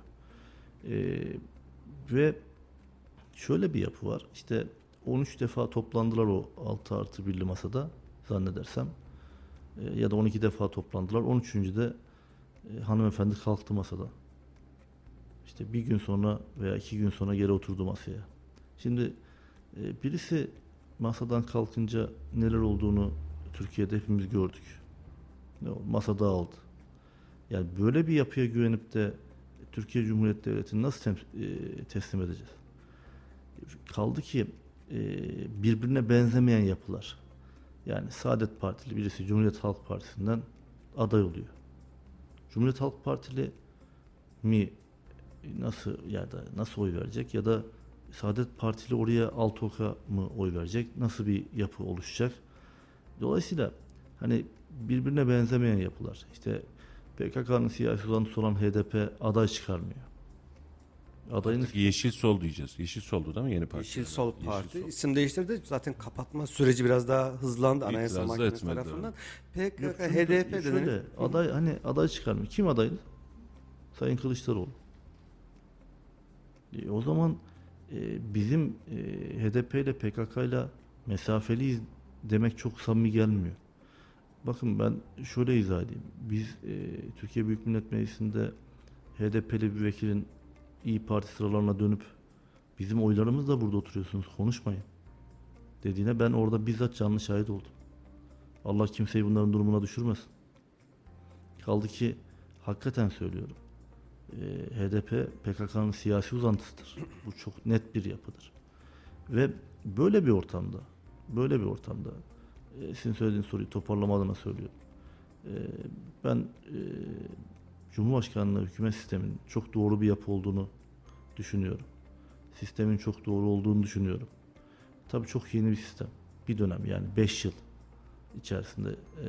Speaker 3: Ve şöyle bir yapı var. İşte 13 defa toplandılar o 6+1'li masada zannedersem. Ya da 12 defa toplandılar. 13. de hanımefendi kalktı masada. İşte bir gün sonra veya 2 gün sonra geri oturdu masaya. Şimdi birisi masadan kalkınca neler olduğunu Türkiye'de hepimiz gördük. Masa dağıldı. Yani böyle bir yapıya güvenip de Türkiye Cumhuriyeti Devleti'ni nasıl teslim edeceğiz? Kaldı ki birbirine benzemeyen yapılar. Yani Saadet Partili birisi Cumhuriyet Halk Partisi'nden aday oluyor. Cumhuriyet Halk Partili mi nasıl oy verecek ya da Saadet Partili oraya Altoka mı oy verecek? Nasıl bir yapı oluşacak? Dolayısıyla hani birbirine benzemeyen yapılar. İşte PKK'nın siyasi uzantısı olan HDP aday çıkarmıyor.
Speaker 1: Artık Yeşil Sol diyeceğiz. Yeşil Sol'du değil mi yeni parti?
Speaker 4: Yeşil Sol Parti isim değiştirdi. Zaten kapatma süreci biraz daha hızlandı Anayasa Mahkemesi tarafından. PKK, HDP de
Speaker 3: şöyle aday çıkarmıyor. Kim adaydı? Sayın Kılıçdaroğlu. O zaman bizim HDP ile PKK ile mesafeliyiz demek çok samimi gelmiyor. Bakın ben şöyle izah edeyim. Biz Türkiye Büyük Millet Meclisi'nde HDP'li bir vekilin İYİ Parti sıralarına dönüp bizim oylarımız da burada oturuyorsunuz konuşmayın dediğine ben orada bizzat canlı şahit oldum. Allah kimseyi bunların durumuna düşürmesin. Kaldı ki hakikaten söylüyorum. HDP PKK'nın siyasi uzantısıdır. Bu çok net bir yapıdır. Ve böyle bir ortamda sizin söylediğiniz soruyu toparlama adına söylüyorum. Ben Cumhurbaşkanlığı hükümet sisteminin çok doğru bir yapı olduğunu düşünüyorum. Sistemin çok doğru olduğunu düşünüyorum. Tabii çok yeni bir sistem. Bir dönem yani 5 yıl içerisinde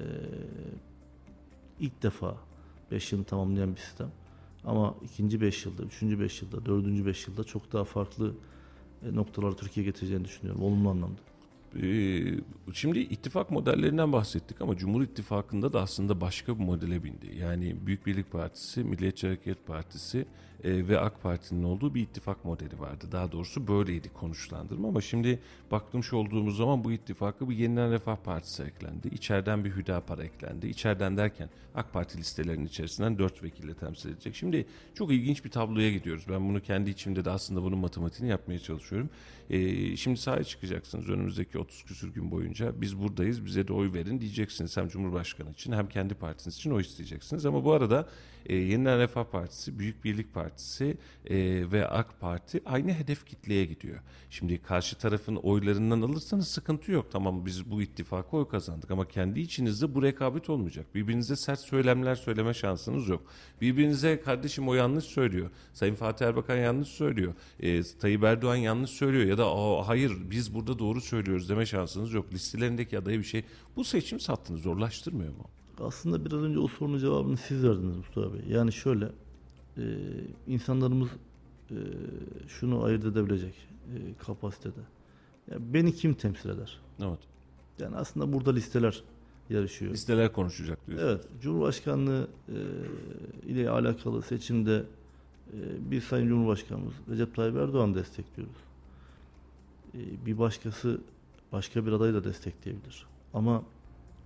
Speaker 3: ilk defa 5 yılı tamamlayan bir sistem. Ama ikinci 5 yılda, üçüncü 5 yılda, dördüncü 5 yılda çok daha farklı noktaları Türkiye getireceğini düşünüyorum. Olumlu anlamda.
Speaker 1: Şimdi ittifak modellerinden bahsettik ama Cumhur İttifakı'nda da aslında başka bir modele bindi. Yani Büyük Birlik Partisi, Milliyetçi Hareket Partisi ve AK Parti'nin olduğu bir ittifak modeli vardı. Daha doğrusu böyleydi konuşlandırma ama şimdi bakmış olduğumuz zaman bu ittifaka bir Yeniden Refah Partisi eklendi. İçeriden bir Hüdapar eklendi. İçeriden derken AK Parti listelerinin içerisinden 4 vekille temsil edecek. Şimdi çok ilginç bir tabloya gidiyoruz. Ben bunu kendi içimde de aslında bunun matematiğini yapmaya çalışıyorum. Şimdi sahaya çıkacaksınız önümüzdeki 30 küsür gün boyunca. Biz buradayız, bize de oy verin diyeceksiniz. Hem Cumhurbaşkanı için hem kendi partiniz için oy isteyeceksiniz. Ama bu arada Yeniden Refah Partisi, Büyük Birlik Partisi ve AK Parti aynı hedef kitleye gidiyor. Şimdi karşı tarafın oylarından alırsanız sıkıntı yok. Tamam biz bu ittifaka oy kazandık ama kendi içinizde bu rekabet olmayacak. Birbirinize sert söylemler söyleme şansınız yok. Birbirinize kardeşim o yanlış söylüyor. Sayın Fatih Erbakan yanlış söylüyor. Tayyip Erdoğan yanlış söylüyor ya da hayır biz burada doğru söylüyoruz deme şansınız yok. Listelerindeki adaya bir şey. Bu seçim sattığını zorlaştırmıyor mu?
Speaker 3: Aslında biraz önce o sorunun cevabını siz verdiniz Mustafa Bey. Yani şöyle insanlarımız şunu ayırt edebilecek kapasitede. Yani beni kim temsil eder?
Speaker 1: Evet.
Speaker 3: Yani aslında burada listeler yarışıyor.
Speaker 1: Listeler konuşacak diyorsunuz.
Speaker 3: Evet. Cumhurbaşkanlığı ile alakalı seçimde biz Sayın Cumhurbaşkanımız Recep Tayyip Erdoğan'ı destekliyoruz. Bir başkası başka bir adayı da destekleyebilir. Ama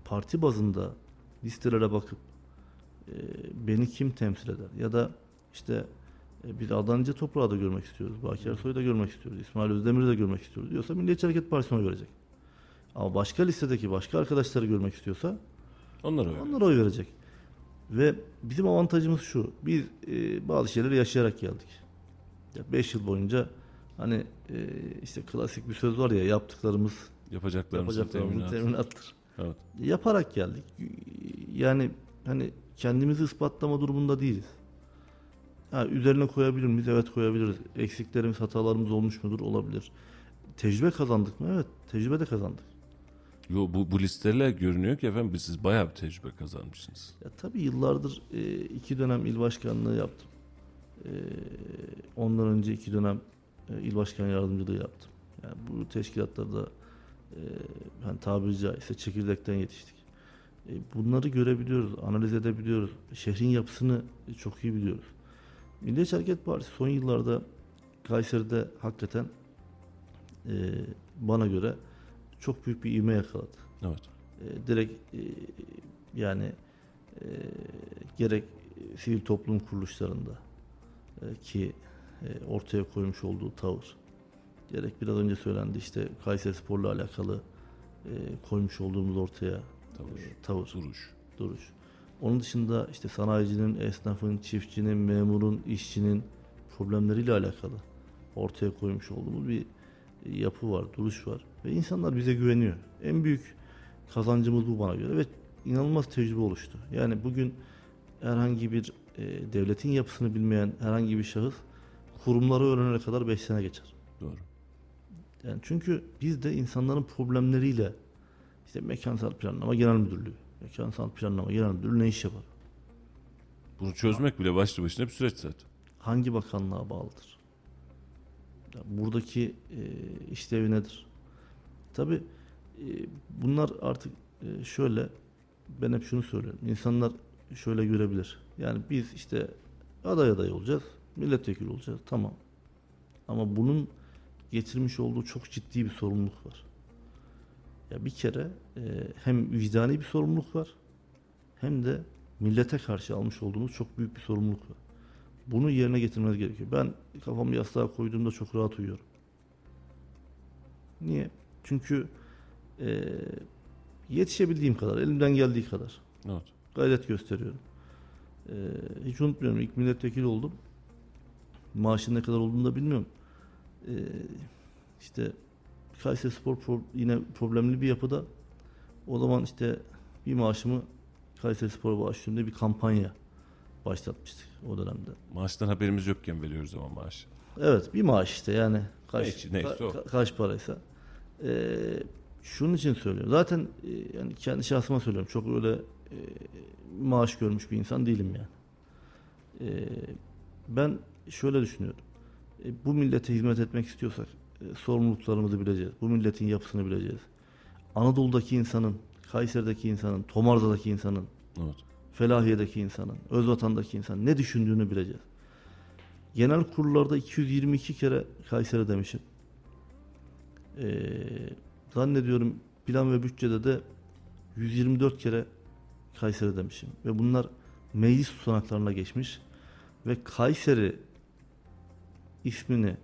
Speaker 3: parti bazında listelere bakıp beni kim temsil eder ya da işte bir Adnan İnce Toprağ'ı da görmek istiyoruz, Baki Ersoy'u da görmek istiyoruz, İsmail Özdemir'i de görmek istiyoruz diyorsa Milliyetçi Hareket Partisi'ne oy verecek. Ama başka listedeki başka arkadaşları görmek istiyorsa onlara oy verecek. Ve bizim avantajımız şu, biz bazı şeyleri yaşayarak geldik. 5 yıl boyunca hani işte klasik bir söz var ya, yaptıklarımız
Speaker 1: Yapacaklarımızın
Speaker 3: teminattır.
Speaker 1: Evet.
Speaker 3: Yaparak geldik. Yani hani kendimizi ispatlama durumunda değiliz. Üzerine koyabilir miyiz? Evet, koyabiliriz. Eksiklerimiz, hatalarımız olmuş mudur? Olabilir. Tecrübe kazandık mı? Evet, tecrübe de kazandık.
Speaker 1: Yo, bu listelerle görünüyor ki efendim siz bayağı bir tecrübe kazanmışsınız.
Speaker 3: Tabii yıllardır 2 dönem il başkanlığı yaptım. Ondan önce 2 dönem il başkan yardımcılığı yaptım. Yani bu teşkilatlarda hani tabiri caizse çekirdekten yetiştik. Bunları görebiliyoruz, analiz edebiliyoruz. Şehrin yapısını çok iyi biliyoruz. Milliyetçi Hareket Partisi son yıllarda Kayseri'de hakikaten bana göre çok büyük bir ivme yakaladı.
Speaker 1: Evet.
Speaker 3: Direkt yani gerek sivil toplum kuruluşlarında ki ortaya koymuş olduğu tavır, gerek biraz önce söylendi işte Kayserispor'la alakalı koymuş olduğumuz ortaya tavır, duruş. Onun dışında işte sanayicinin, esnafın, çiftçinin, memurun, işçinin problemleriyle alakalı ortaya koymuş olduğumuz bir yapı var, duruş var ve insanlar bize güveniyor. En büyük kazancımız bu bana göre ve inanılmaz tecrübe oluştu. Yani bugün herhangi bir devletin yapısını bilmeyen herhangi bir şahıs kurumları öğrenene kadar 5 sene geçer.
Speaker 1: Doğru.
Speaker 3: Yani çünkü biz de insanların problemleriyle işte Mekansal Planlama Genel Müdürlüğü ne iş yapar?
Speaker 1: Bunu çözmek bile başlı başına bir süreç zaten.
Speaker 3: Hangi bakanlığa bağlıdır? Buradaki işlevi nedir? Tabii bunlar artık şöyle, ben hep şunu söylüyorum. İnsanlar şöyle görebilir. Yani biz işte aday olacağız, milletvekili olacağız, tamam. Ama bunun getirmiş olduğu çok ciddi bir sorumluluk var. Ya bir kere hem vicdani bir sorumluluk var, hem de millete karşı almış olduğumuz çok büyük bir sorumluluk var. Bunu yerine getirmeniz gerekiyor. Ben kafamı yastığa koyduğumda çok rahat uyuyorum. Niye? Çünkü yetişebildiğim kadar, elimden geldiği kadar gayret gösteriyorum. Hiç unutmuyorum, ilk milletvekili oldum. Maaşın ne kadar olduğunu da bilmiyorum. İşte Kayserispor yine problemli bir yapıda. O zaman işte bir maaşımı Kayserispor'a bağışlıyorum diye bir kampanya başlatmıştık o dönemde.
Speaker 1: Maaştan haberimiz yokken veriyoruz ama maaş.
Speaker 3: Evet, bir maaş işte yani kaç paraysa. Şunun için söylüyorum. Zaten yani kendi şahsıma söylüyorum. Çok öyle maaş görmüş bir insan değilim yani. Ben şöyle düşünüyorum. Bu millete hizmet etmek istiyorsak sorumluluklarımızı bileceğiz. Bu milletin yapısını bileceğiz. Anadolu'daki insanın, Kayseri'deki insanın, Tomarza'daki insanın, Felahiye'deki insanın, Özvatan'daki insanın ne düşündüğünü bileceğiz. Genel kurullarda 222 kere Kayseri demişim. Zannediyorum plan ve bütçede de 124 kere Kayseri demişim. Ve bunlar meclis tutanaklarına geçmiş. Ve Kayseri ismini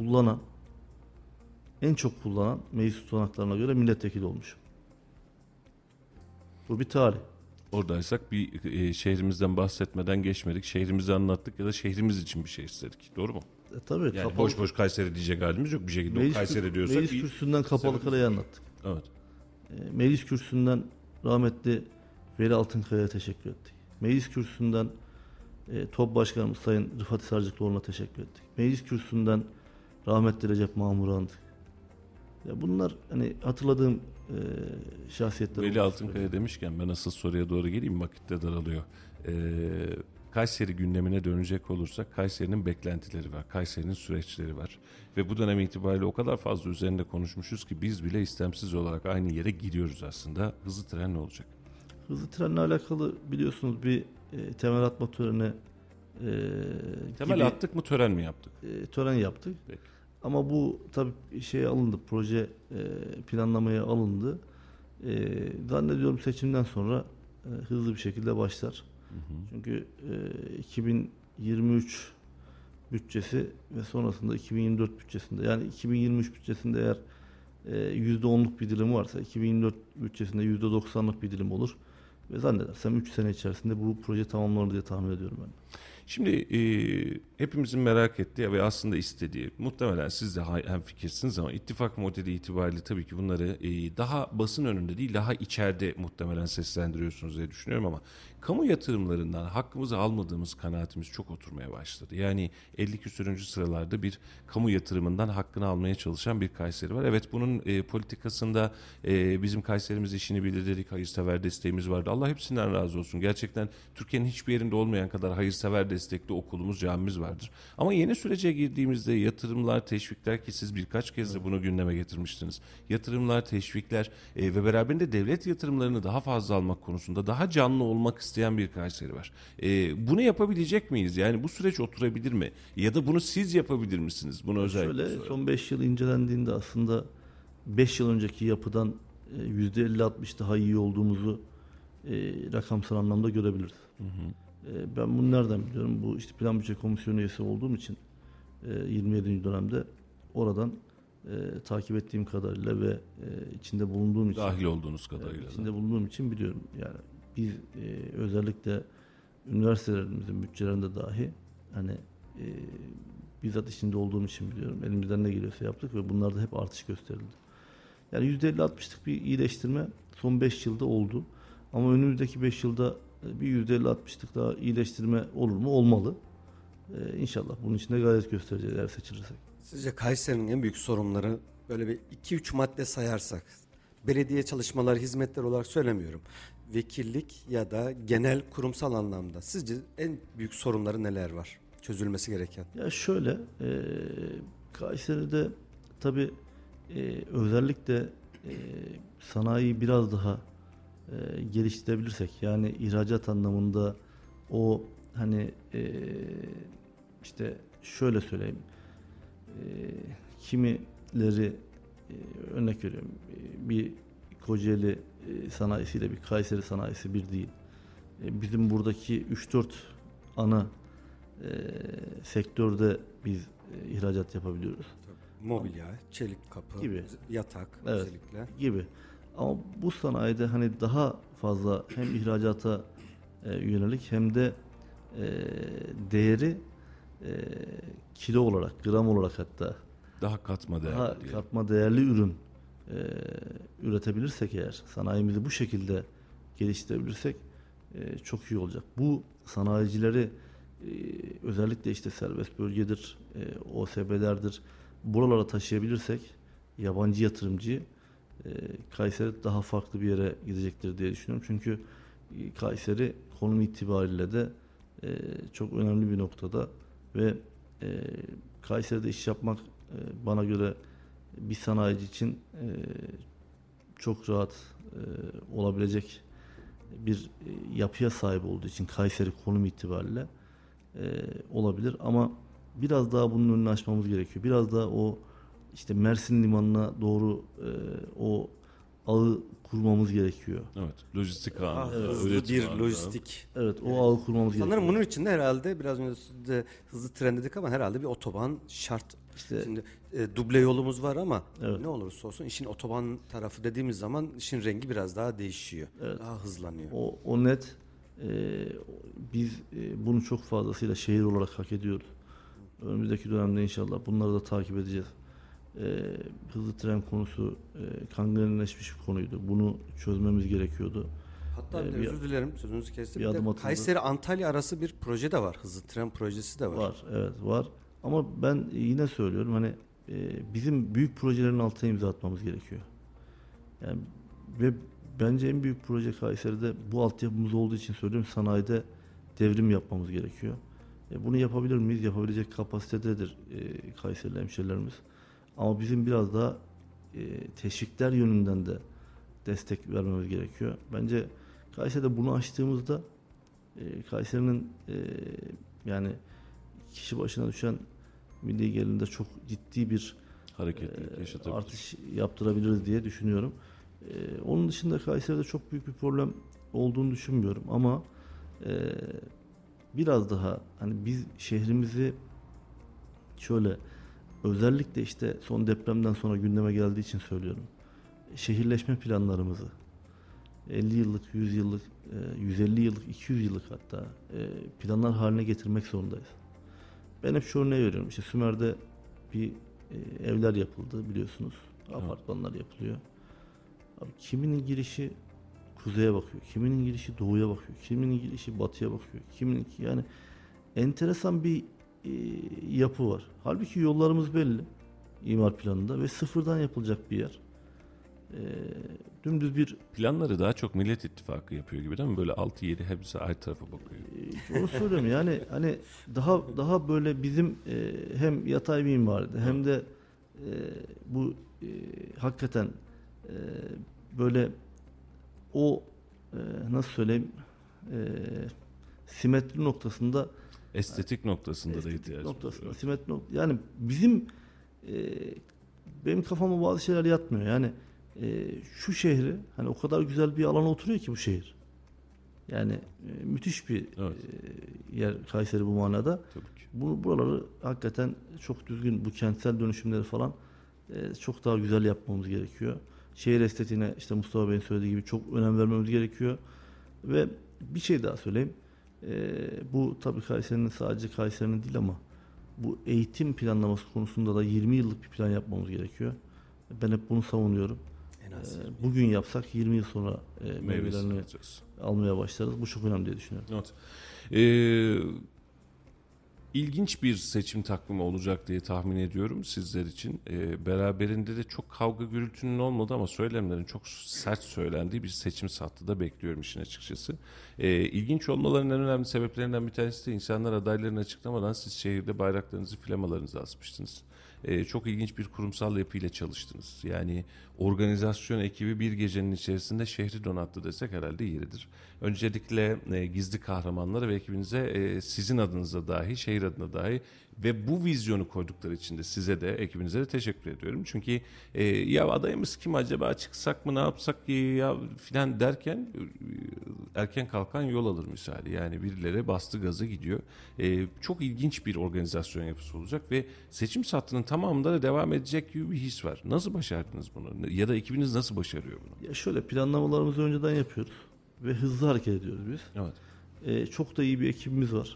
Speaker 3: en çok kullanan meclis tutanaklarına göre milletvekili olmuşum. Bu bir tarih.
Speaker 1: Oradaysak bir şehrimizden bahsetmeden geçmedik. Şehrimizi anlattık ya da şehrimiz için bir şey istedik. Doğru mu?
Speaker 3: Tabii.
Speaker 1: Yani boş Kayseri diyecek halimiz yok. Bir şekilde Kayseri diyorsak.
Speaker 3: Meclis kürsüsünden Kapalı Kale'yi anlattık.
Speaker 1: Evet.
Speaker 3: Meclis kürsüsünden rahmetli Veli Altınkaya'ya teşekkür ettik. Meclis kürsüsünden TOB Başkanımız Sayın Rıfat Sarcıklıoğlu'na teşekkür ettik. Meclis kürsüsünden rahmetli Recep Mahmur'u andık. Ya bunlar hani hatırladığım şahsiyetler.
Speaker 1: Veli Altınkaya demişken ben asıl soruya doğru geleyim, vakit de daralıyor. Kayseri gündemine dönecek olursak Kayseri'nin beklentileri var, Kayseri'nin süreçleri var. Ve bu dönem itibariyle o kadar fazla üzerinde konuşmuşuz ki biz bile istemsiz olarak aynı yere gidiyoruz aslında. Hızlı tren ne olacak?
Speaker 3: Hızlı trenle alakalı biliyorsunuz bir temel atma töreni
Speaker 1: temel attık mı, tören mi yaptık?
Speaker 3: Tören yaptık.
Speaker 1: Peki.
Speaker 3: Ama bu tabii alındı, proje planlamaya alındı. Zannediyorum seçimden sonra hızlı bir şekilde başlar. Çünkü 2023 bütçesi ve sonrasında 2024 bütçesinde, yani 2023 bütçesinde eğer %10'luk bir dilim varsa 2024 bütçesinde %90'lık bir dilim olur ve zannedersem 3 sene içerisinde bu proje tamamlanır diye tahmin ediyorum ben.
Speaker 1: Şimdi hepimizin merak ettiği ve aslında istediği, muhtemelen siz de hemfikirsiniz ama ittifak modeli itibariyle tabii ki bunları daha basın önünde değil, daha içeride muhtemelen seslendiriyorsunuz diye düşünüyorum ama kamu yatırımlarından hakkımızı almadığımız kanaatimiz çok oturmaya başladı. Yani 50 küsürüncü sıralarda bir kamu yatırımından hakkını almaya çalışan bir Kayseri var. Evet, bunun politikasında bizim Kayserimiz işini bilir dedik, hayırsever desteğimiz vardı. Allah hepsinden razı olsun. Gerçekten Türkiye'nin hiçbir yerinde olmayan kadar hayırsever destekli okulumuz, camimiz vardır. Ama yeni sürece girdiğimizde yatırımlar, teşvikler, ki siz birkaç kez de bunu gündeme getirmiştiniz. Yatırımlar, teşvikler ve beraberinde devlet yatırımlarını daha fazla almak konusunda daha canlı olmak isteyen bir Kayseri var. Bunu yapabilecek miyiz? Yani bu süreç oturabilir mi? Ya da bunu siz yapabilir misiniz? Bunu özellikle
Speaker 3: Şöyle,
Speaker 1: sorayım.
Speaker 3: son 5 yıl incelendiğinde aslında 5 yıl önceki yapıdan %50-60 daha iyi olduğumuzu rakamsal anlamda görebiliriz. Ben bunu nereden biliyorum? Bu işte Plan Bütçe Komisyonu üyesi olduğum için 27. dönemde oradan takip ettiğim kadarıyla ve içinde bulunduğum için,
Speaker 1: Dahil olduğunuz kadarıyla.
Speaker 3: içinde bulunduğum için biliyorum. Yani biz özellikle üniversitelerimizin bütçelerinde dahi hani bizzat içinde olduğum için biliyorum. Elimizden ne geliyorsa yaptık ve bunlarda hep artış gösterildi. Yani %50-60'lık bir iyileştirme son 5 yılda oldu. Ama önümüzdeki 5 yılda bir %50-60'lık daha iyileştirme olur mu? Olmalı. İnşallah bunun için de gayret göstereceğiz eğer seçilirsek.
Speaker 4: Sizce Kayseri'nin en büyük sorunları, böyle bir 2-3 madde sayarsak, belediye çalışmaları, hizmetler olarak söylemiyorum, vekillik ya da genel kurumsal anlamda sizce en büyük sorunları neler var çözülmesi gereken?
Speaker 3: Ya şöyle, Kayseri'de tabii özellikle sanayiyi biraz daha geliştirebilirsek, yani ihracat anlamında o hani işte şöyle söyleyeyim, kimileri örnek veriyorum, bir Kocaeli sanayisiyle bir Kayseri sanayisi bir değil. Bizim buradaki 3-4 ana sektörde biz ihracat yapabiliyoruz.
Speaker 4: Mobilya, çelik kapı,
Speaker 3: Gibi.
Speaker 4: yatak
Speaker 3: Evet.
Speaker 4: özellikle.
Speaker 3: Gibi. Ama bu sanayide hani daha fazla hem ihracata yönelik hem de değeri kilo olarak, gram olarak hatta
Speaker 1: Daha katma değerli
Speaker 3: daha
Speaker 1: diyelim.
Speaker 3: katma değerli ürün üretebilirsek, eğer sanayimizi bu şekilde geliştirebilirsek çok iyi olacak. Bu sanayicileri özellikle işte serbest bölgedir, OSB'lerdir, buralara taşıyabilirsek yabancı yatırımcıyı, Kayseri daha farklı bir yere gidecektir diye düşünüyorum. Çünkü Kayseri konum itibariyle de çok önemli bir noktada ve Kayseri'de iş yapmak bana göre bir sanayici için çok rahat olabilecek bir yapıya sahip olduğu için Kayseri konum itibariyle olabilir, ama biraz daha bunun önünü açmamız gerekiyor. Biraz daha o işte Mersin limanına doğru o ağı kurmamız gerekiyor.
Speaker 1: Evet, lojistik
Speaker 4: Daha
Speaker 1: ağında,
Speaker 4: hızlı
Speaker 1: üretim
Speaker 4: bir
Speaker 1: ağında.
Speaker 4: lojistik.
Speaker 3: Evet, o ağı kurmamız
Speaker 4: Sanırım
Speaker 3: gerekiyor.
Speaker 4: bunun için de herhalde biraz önce siz de hızlı tren dedik ama herhalde bir otoban şart.
Speaker 3: İşte
Speaker 4: Şimdi duble yolumuz var ama
Speaker 3: Evet.
Speaker 4: ne olursa olsun işin otoban tarafı dediğimiz zaman işin rengi biraz daha değişiyor. Daha hızlanıyor.
Speaker 3: o net. Biz bunu çok fazlasıyla şehir olarak hak ediyoruz. Önümüzdeki dönemde inşallah bunları da takip edeceğiz. Hızlı tren konusu kangrenleşmiş bir konuydu. Bunu çözmemiz gerekiyordu.
Speaker 4: Hatta bir de
Speaker 3: bir-
Speaker 4: özür dilerim sözünüzü kestim.
Speaker 3: bir
Speaker 4: Bir de
Speaker 3: adım atıldı.
Speaker 4: Kayseri-Antalya arası bir proje de var. Hızlı tren projesi de var.
Speaker 3: Var, evet var. Ama ben yine söylüyorum, hani bizim büyük projelerin altına imza atmamız gerekiyor. Yani ve bence en büyük proje Kayseri'de bu altyapımız olduğu için söylüyorum, sanayide devrim yapmamız gerekiyor. Bunu yapabilir miyiz? Yapabilecek kapasitededir Kayserili hemşerilerimiz. Ama bizim biraz daha teşvikler yönünden de destek vermemiz gerekiyor. Bence Kayseri'de bunu açtığımızda Kayseri'nin yani kişi başına düşen milli gelirinde çok ciddi bir
Speaker 1: Hareketlilik yaşatabilir.
Speaker 3: artış yaptırabiliriz diye düşünüyorum. Onun dışında Kayseri'de çok büyük bir problem olduğunu düşünmüyorum ama biraz daha hani biz şehrimizi şöyle, özellikle işte son depremden sonra gündeme geldiği için söylüyorum. Şehirleşme planlarımızı 50 yıllık, 100 yıllık, 150 yıllık, 200 yıllık hatta planlar haline getirmek zorundayız. Ben hep şu örneği veriyorum. İşte Sümer'de bir evler yapıldı biliyorsunuz. Apartmanlar yapılıyor. Abi kiminin girişi kuzeye bakıyor, kiminin girişi doğuya bakıyor, kiminin girişi batıya bakıyor, kimininki yani enteresan bir yapı var. Halbuki yollarımız belli imar planında ve sıfırdan yapılacak bir yer. Dümdüz bir
Speaker 1: Planları daha çok Millet İttifakı yapıyor gibi değil mi? Böyle 6-7 hepsi aynı tarafa bakıyor.
Speaker 3: onu söylüyorum yani hani daha böyle bizim hem yatay mimaride hem de bu hakikaten böyle o nasıl söyleyeyim simetri noktasında
Speaker 1: Estetik noktasında da ihtiyaç
Speaker 3: noktasında
Speaker 1: var.
Speaker 3: simetri yani bizim benim kafama bazı şeyler yatmıyor. Yani şu şehri hani o kadar güzel bir alana oturuyor ki bu şehir. Yani müthiş bir
Speaker 1: Evet.
Speaker 3: yer Kayseri bu manada.
Speaker 1: Tabii ki.
Speaker 3: Buraları hakikaten çok düzgün bu kentsel dönüşümleri falan çok daha güzel yapmamız gerekiyor. Şehir estetiğine işte Mustafa Bey'in söylediği gibi çok önem vermemiz gerekiyor. Ve bir şey daha söyleyeyim. Bu tabii sadece Kayseri'nin değil ama bu eğitim planlaması konusunda da 20 yıllık bir plan yapmamız gerekiyor. Ben hep bunu savunuyorum.
Speaker 4: En az.
Speaker 3: Bugün yapsak 20 yıl sonra
Speaker 1: Meyvesini
Speaker 3: meyvelerini
Speaker 1: alacağız.
Speaker 3: almaya başlarız. Bu çok önemli diye düşünüyorum.
Speaker 1: Evet. İlginç bir seçim takvimi olacak diye tahmin ediyorum sizler için. Beraberinde de çok kavga gürültünün olmadığı ama söylemlerin çok sert söylendiği bir seçim sattı da bekliyorum işin açıkçası. İlginç olmalarının en önemli sebeplerinden bir tanesi de insanlar adaylarını açıklamadan siz şehirde bayraklarınızı, flamalarınızı asmıştınız. Çok ilginç bir kurumsal yapıyla çalıştınız. Yani organizasyon ekibi bir gecenin içerisinde şehri donattı desek herhalde yeridir. Öncelikle gizli kahramanlara ve ekibinize sizin adınıza dahi, şehir adına dahi ve bu vizyonu koydukları için de size de, ekibinize de teşekkür ediyorum. Çünkü ya adayımız kim acaba, çıksak mı, ne yapsak ya filan derken erken kalkan yol alır misali. Yani birileri bastı gazı gidiyor. Çok ilginç bir organizasyon yapısı olacak ve seçim sattığının tamamında da devam edecek gibi bir his var. Nasıl başardınız bunu? Ya da ekibiniz nasıl başarıyor bunu?
Speaker 3: Ya şöyle planlamalarımızı önceden yapıyoruz ve hızlı hareket ediyoruz biz.
Speaker 1: Evet.
Speaker 3: Çok da iyi bir ekibimiz var.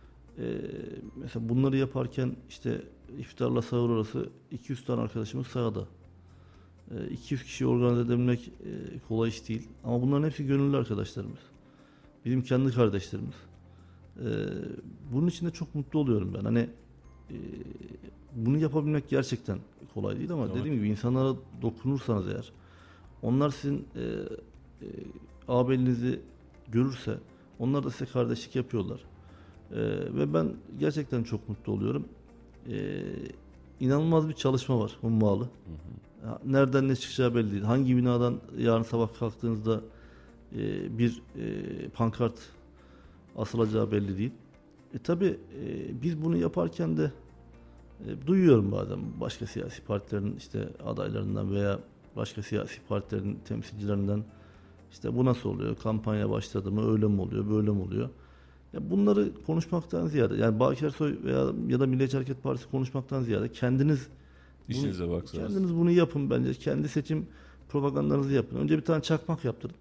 Speaker 3: Mesela bunları yaparken işte iftarla sahur arası 200 tane arkadaşımız sahada. 200 kişiyi organize edebilmek kolay iş değil. Ama bunların hepsi gönüllü arkadaşlarımız. Bizim kendi kardeşlerimiz. Bunun için de çok mutlu oluyorum ben. Hani bunu yapabilmek gerçekten kolay değil ama
Speaker 1: Evet.
Speaker 3: dediğim gibi insanlara dokunursanız eğer, onlar sizin ağabeyinizi görürse onlar da size kardeşlik yapıyorlar. Ve ben gerçekten çok mutlu oluyorum. İnanılmaz bir çalışma var hummalı. Nereden ne çıkacağı belli değil. Hangi binadan yarın sabah kalktığınızda bir pankart asılacağı belli değil. Tabii biz bunu yaparken de duyuyorum bazen başka siyasi partilerin işte adaylarından veya başka siyasi partilerin temsilcilerinden işte bu nasıl oluyor, kampanya başladı mı, öyle mi oluyor, böyle mi oluyor? Ya bunları konuşmaktan ziyade, yani Baki Ersoy ya da Milliyetçi Hareket Partisi konuşmaktan ziyade kendiniz
Speaker 1: İşinize baksanız.
Speaker 3: kendiniz bunu yapın bence. Kendi seçim propagandanızı yapın. Önce bir tane çakmak yaptırın.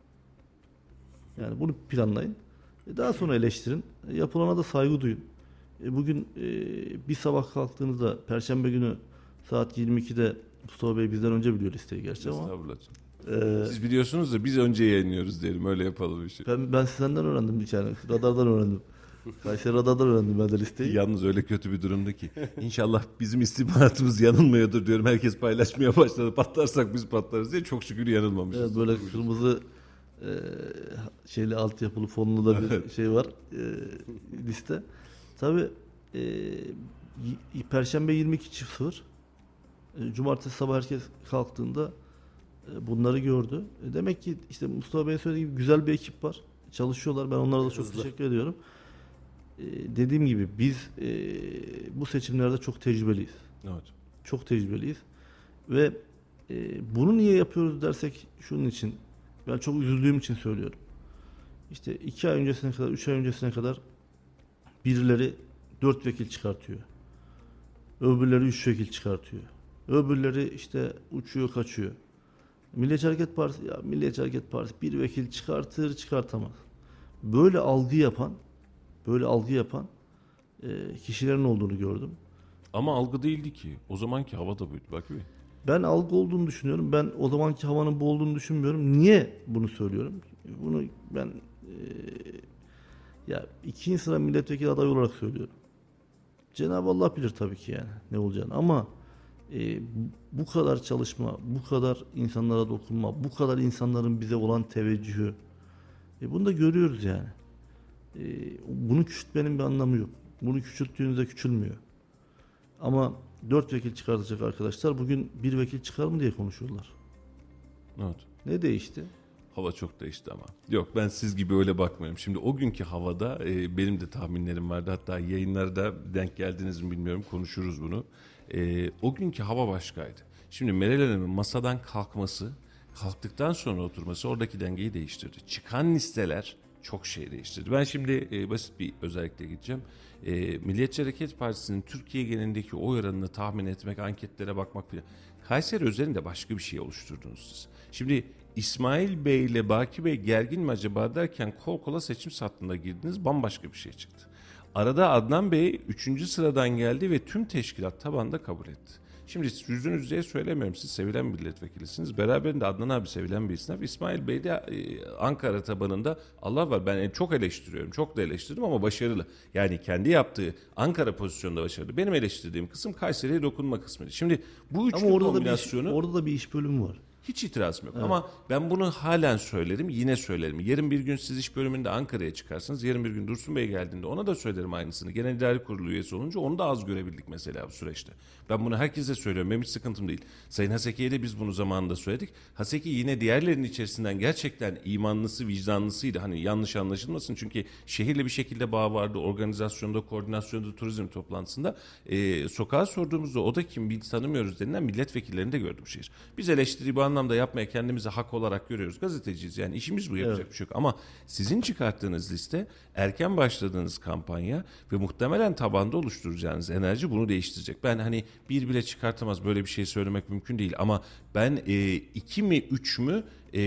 Speaker 3: Yani bunu planlayın. Daha sonra eleştirin. Yapılana da saygı duyun. Bugün bir sabah kalktığınızda Perşembe günü saat 22'de Mustafa Bey bizden önce biliyor listeyi gerçi ama
Speaker 1: Estağfurullah. Siz biliyorsunuz da biz önce yayınlıyoruz diyelim, öyle yapalım işte.
Speaker 3: ben senden öğrendim bir tane. Radardan öğrendim. Kayseri Radar'dan öğrendim ben de listeyi.
Speaker 1: Yalnız öyle kötü bir durumda ki İnşallah bizim istihbaratımız yanılmıyordur diyorum. Herkes paylaşmaya başladı. Patlarsak biz patlarız diye, çok şükür yanılmamışız.
Speaker 3: Evet, böyle kırmızı şeyli altyapılı fonlu da bir şey var liste. Tabii Perşembe 22.00 Cumartesi sabah herkes kalktığında bunları gördü. Demek ki işte Mustafa Bey'in söylediği gibi güzel bir ekip var. Çalışıyorlar. Ben onlara da çok teşekkür ediyorum. Dediğim gibi biz bu seçimlerde çok tecrübeliyiz.
Speaker 1: Evet.
Speaker 3: Çok tecrübeliyiz. Ve Bunu niye yapıyoruz dersek şunun için. Ben çok üzüldüğüm için söylüyorum. İşte 2 ay öncesine kadar, 3 ay öncesine kadar birileri 4 vekil çıkartıyor. Öbürleri 3 vekil çıkartıyor. Öbürleri işte uçuyor kaçıyor. Milliyetçi Hareket Partisi bir vekil çıkartır çıkartamaz. Böyle algı yapan kişilerin olduğunu gördüm.
Speaker 1: Ama algı değildi ki. O zamanki hava da buydu Baki Bey.
Speaker 3: Ben algı olduğunu düşünüyorum. Ben o zamanki havanın bu olduğunu düşünmüyorum. Niye bunu söylüyorum? Bunu ben ya 2. sıra milletvekili adayı olarak söylüyorum. Cenab-ı Allah bilir tabii ki yani ne olacağını ama bu kadar çalışma, bu kadar insanlara dokunma, bu kadar insanların bize olan teveccühü bunu da görüyoruz yani. Bunu küçültmenin bir anlamı yok. Bunu küçülttüğünüzde küçülmüyor. Ama 4 vekil çıkartacak arkadaşlar bugün bir vekil çıkar mı diye konuşuyorlar.
Speaker 1: Evet.
Speaker 3: Ne değişti?
Speaker 1: Hava çok değişti ama. Yok, ben siz gibi öyle bakmıyorum. Şimdi o günkü havada benim de tahminlerim vardı. Hatta yayınlarda denk geldiniz mi bilmiyorum, konuşuruz bunu. O günkü hava başkaydı. Şimdi Meral Hanım'ın masadan kalktıktan sonra oturması oradaki dengeyi değiştirdi. Çıkan listeler çok şey değiştirdi. Ben şimdi basit bir özellikle gideceğim. Milliyetçi Hareket Partisi'nin Türkiye genelindeki oy oranını tahmin etmek, anketlere bakmak falan. Kayseri özelinde başka bir şey oluşturdunuz siz. Şimdi İsmail Bey ile Baki Bey gergin mi acaba derken kol kola seçim sattığında girdiniz, bambaşka bir şey çıktı. Arada Adnan Bey 3. sıradan geldi ve tüm teşkilat tabanda kabul etti. Şimdi yüzünüz diye söylemiyorum, siz sevilen milletvekilisiniz. Beraberinde Adnan abi sevilen bir esnaf. İsmail Bey de Ankara tabanında Allah var, ben çok eleştiriyorum. Çok da eleştirdim ama başarılı. Yani kendi yaptığı Ankara pozisyonunda başarılı. Benim eleştirdiğim kısım Kayseri'ye dokunma kısmıydı. Şimdi bu üçlü kombinasyonu...
Speaker 3: Orada da bir iş bölümü var.
Speaker 1: Hiç itirazım yok ama ben bunu halen söylerim, yine söylerim. Yarın bir gün siz iş bölümünde Ankara'ya çıkarsınız. Yarın bir gün Dursun Bey geldiğinde ona da söylerim aynısını. Genel İdare Kurulu üyesi olunca onu da az görebildik mesela bu süreçte. Ben bunu herkese söylüyorum, benim hiç sıkıntım değil. Sayın Haseki'ye de biz bunu zamanında söyledik. Haseki yine diğerlerinin içerisinden gerçekten imanlısı, vicdanlısıydı. Hani yanlış anlaşılmasın, çünkü şehirle bir şekilde bağ vardı. Organizasyonda, koordinasyonda, turizm toplantısında. Sokağa sorduğumuzda o da kim, biz tanımıyoruz denilen milletvekillerini de gördüm şehir. Biz eleştiri bu anlamda yapmaya kendimizi hak olarak görüyoruz. Gazeteciyiz yani, işimiz bu, yapacak bir şey yok. Ama sizin çıkarttığınız liste, erken başladığınız kampanya ve muhtemelen tabanda oluşturacağınız enerji bunu değiştirecek. Ben hani bir bile çıkartamaz, böyle bir şey söylemek mümkün değil ama ben 2 mi 3 mü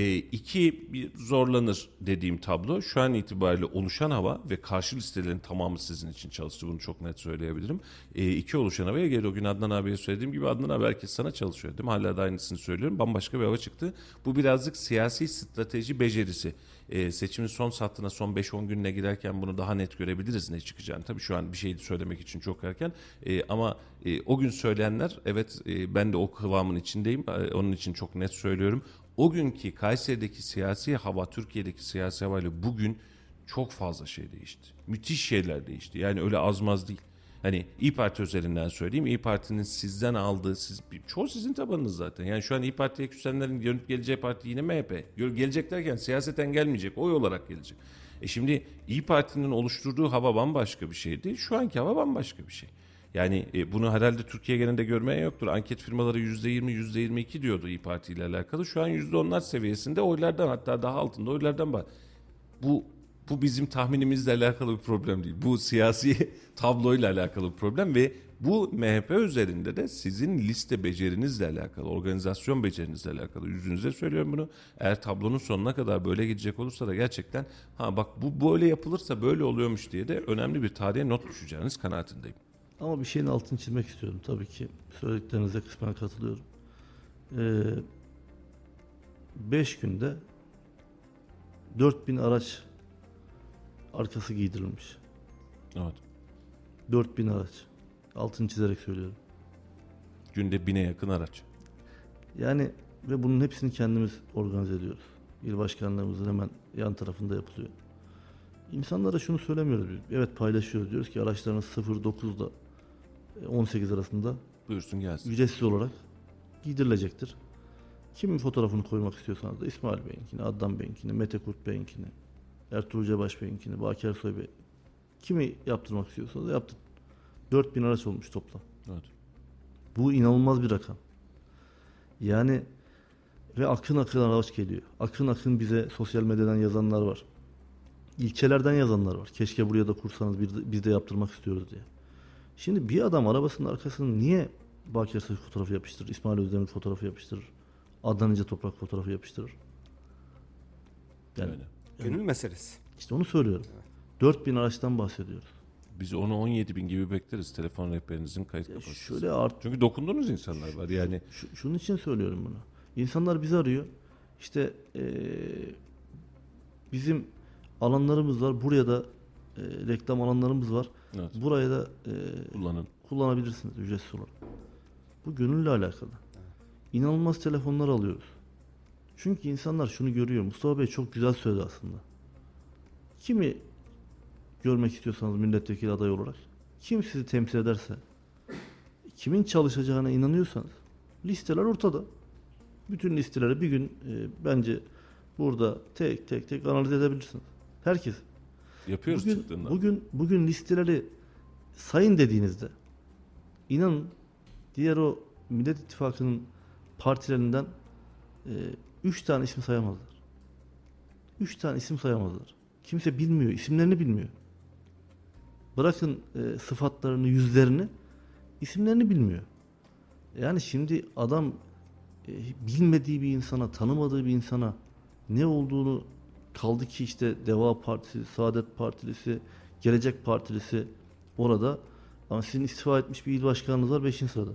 Speaker 1: 2 zorlanır dediğim tablo şu an itibariyle oluşan hava ve karşı listelerin tamamı sizin için çalıştı, bunu çok net söyleyebilirim. 2 oluşan havaya geri o gün Adnan abiye söylediğim gibi, Adnan abi herkes sana çalışıyor dedim, hala da aynısını söylüyorum, bambaşka bir hava çıktı. Bu birazcık siyasi strateji becerisi. Seçimin son sattığına, son 5-10 gününe girerken bunu daha net görebiliriz ne çıkacağını. Tabii şu an bir şey söylemek için çok erken ama o gün söyleyenler, evet ben de o kıvamın içindeyim, onun için çok net söylüyorum. O günkü Kayseri'deki siyasi hava, Türkiye'deki siyasi havayla bugün çok fazla şey değişti. Müthiş şeyler değişti. Yani öyle azmaz değil. Hani İYİ Parti özelinden söyleyeyim. İYİ Parti'nin sizden aldığı, çoğu sizin tabanınız zaten. Yani şu an İYİ Parti'ye küsenlerin dönüp geleceği parti yine MHP. Gelecek derken siyaseten gelmeyecek, oy olarak gelecek. Şimdi İYİ Parti'nin oluşturduğu hava bambaşka bir şeydi. Şu anki hava bambaşka bir şey. Yani bunu herhalde Türkiye genelinde görmeyen yoktur. Anket firmaları %20, %22 diyordu İYİ Parti ile alakalı. Şu an %10'lar seviyesinde oylardan, hatta daha altında oylardan var. Bu bizim tahminimizle alakalı bir problem değil. Bu siyasi tabloyla alakalı bir problem ve bu MHP üzerinde de sizin liste becerinizle alakalı, organizasyon becerinizle alakalı. Yüzünüze söylüyorum bunu. Eğer tablonun sonuna kadar böyle gidecek olursa da gerçekten bak bu böyle yapılırsa böyle oluyormuş diye de önemli bir tarihe not düşeceğiniz kanaatindeyim.
Speaker 3: Ama bir şeyin altını çizmek istiyorum. Tabii ki söylediklerinize kısmen katılıyorum. 5 günde 4000 araç arkası giydirilmiş.
Speaker 1: Evet.
Speaker 3: 4000 araç. Altını çizerek söylüyorum.
Speaker 1: Günde 1000'e yakın araç.
Speaker 3: Yani ve bunun hepsini kendimiz organize ediyoruz. İl başkanlığımızın hemen yan tarafında yapılıyor. İnsanlara şunu söylemiyoruz biz. Evet, paylaşıyoruz. Diyoruz ki araçlarınız 09'da 18 arasında
Speaker 1: Buyursun gelsin.
Speaker 3: ücretsiz olarak giydirilecektir. Kimin fotoğrafını koymak istiyorsanız da İsmail Bey'inkini, Adnan Bey'inkini, Mete Kurt Bey'inkini, Ertuğrul Cebaş Bey'inkini, Baki Ersoy Bey. Kimi yaptırmak istiyorsanız da yaptır. 4000 araç olmuş toplam.
Speaker 1: Evet.
Speaker 3: Bu inanılmaz bir rakam. Yani ve akın akın araç geliyor. Akın akın bize sosyal medyadan yazanlar var. İlçelerden yazanlar var. Keşke buraya da kursanız biz de yaptırmak istiyoruz diye. Şimdi bir adam arabasının arkasına niye Baki Ersoy fotoğrafı yapıştırır? İsmail Özdemir fotoğrafı yapıştırır? Adnan İnce Toprak fotoğrafı yapıştırır? Yani
Speaker 1: Öyle.
Speaker 4: Gönül meselesi.
Speaker 3: işte onu söylüyorum. 4000 araçtan bahsediyoruz.
Speaker 1: Biz onu 17.000 gibi bekleriz telefon rehberinizin kayıt kapasitesi.
Speaker 3: Şöyle
Speaker 1: Çünkü dokunduğunuz insanlar var yani.
Speaker 3: şunun için söylüyorum bunu. İnsanlar bizi arıyor. İşte bizim alanlarımız var. Buraya da reklam alanlarımız var.
Speaker 1: Evet.
Speaker 3: Buraya da
Speaker 1: Kullanın.
Speaker 3: kullanabilirsiniz ücretsiz olarak. Bu gönülle alakalı. İnanılmaz telefonlar alıyoruz. Çünkü insanlar şunu görüyor. Mustafa Bey çok güzel söyledi aslında. Kimi görmek istiyorsanız milletvekili adayı olarak, kim sizi temsil ederse, kimin çalışacağına inanıyorsanız listeler ortada. Bütün listeleri bir gün bence burada tek tek analiz edebilirsiniz. Herkes.
Speaker 1: Yapıyoruz çıktığında.
Speaker 3: Bugün listeleri sayın dediğinizde inanın diğer o Millet İttifakı'nın partilerinden 3 tane isim sayamazlar. 3 tane isim sayamazlar. Kimse bilmiyor, isimlerini bilmiyor. Bırakın sıfatlarını, yüzlerini, isimlerini bilmiyor. Yani şimdi adam bilmediği bir insana, tanımadığı bir insana ne olduğunu, kaldı ki işte Deva Partisi, Saadet Partisi, Gelecek Partisi orada, ama sizin istifa etmiş bir il başkanınız var 5. sırada.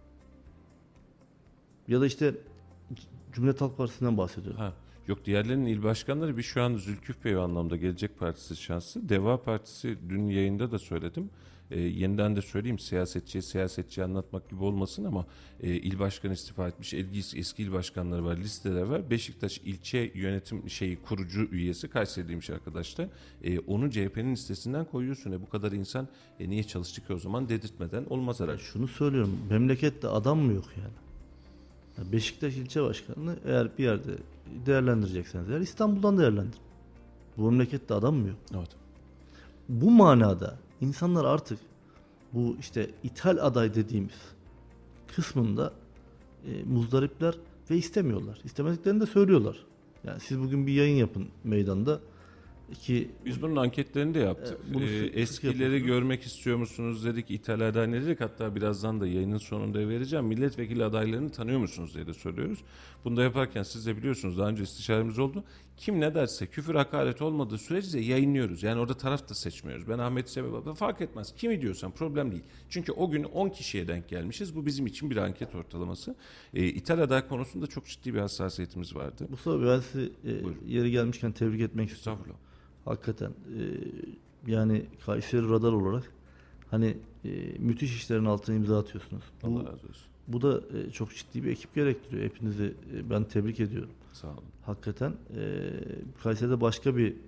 Speaker 3: Ya da işte Cumhuriyet Halk Partisi'nden bahsediyorum.
Speaker 1: Ha, yok diğerlerinin il başkanları bir şu an Zülküf Bey o anlamda Gelecek Partisi şanslı. Deva Partisi dün yayında da söyledim. Yeniden de söyleyeyim siyasetçiye anlatmak gibi olmasın ama il başkanı istifa etmiş eski il başkanları var, listeler var. Beşiktaş ilçe yönetim kurucu üyesi Kayseriliymiş arkadaş da. Onu CHP'nin listesinden koyuyorsun. Bu kadar insan niye çalıştı ki o zaman dedirtmeden olmaz herhalde.
Speaker 3: Şunu söylüyorum, memlekette adam mı yok yani? Beşiktaş ilçe başkanını eğer bir yerde değerlendirecekseniz eğer İstanbul'dan değerlendirin. Bu memlekette adam mı yok?
Speaker 1: Evet.
Speaker 3: Bu manada insanlar artık bu işte ithal aday dediğimiz kısmında muzdaripler ve istemiyorlar. İstemediklerini de söylüyorlar. Yani siz bugün bir yayın yapın meydanda ki
Speaker 1: Biz bunun anketlerini de yaptık.
Speaker 3: Bunu sık
Speaker 1: Eskileri
Speaker 3: yapıyorsunuz.
Speaker 1: görmek istiyor musunuz dedik. İthal aday ne dedik? Hatta birazdan da yayının sonunda vereceğim. Milletvekili adaylarını tanıyor musunuz diye de soruyoruz. Bunu da yaparken siz de biliyorsunuz daha önce istişaremiz oldu. Kim ne derse küfür hakaret olmadığı sürece yayınlıyoruz. Yani orada taraf da seçmiyoruz. Ben Ahmet Sebeba fark etmez. Kimi diyorsan problem değil. Çünkü o gün 10 kişiye denk gelmişiz. Bu bizim için bir anket ortalaması. İthal aday konusunda çok ciddi bir hassasiyetimiz vardı.
Speaker 3: Mustafa Bey, ben sizi yeri gelmişken tebrik etmek istiyorum.
Speaker 1: Estağfurullah.
Speaker 3: Hakikaten yani Kayseri Radar olarak hani müthiş işlerin altına imza atıyorsunuz.
Speaker 1: Allah razı olsun.
Speaker 3: Bu da çok ciddi bir ekip gerektiriyor. Hepinizi ben tebrik ediyorum.
Speaker 1: Sağ olun.
Speaker 3: Hakikaten Kayseri'de başka bir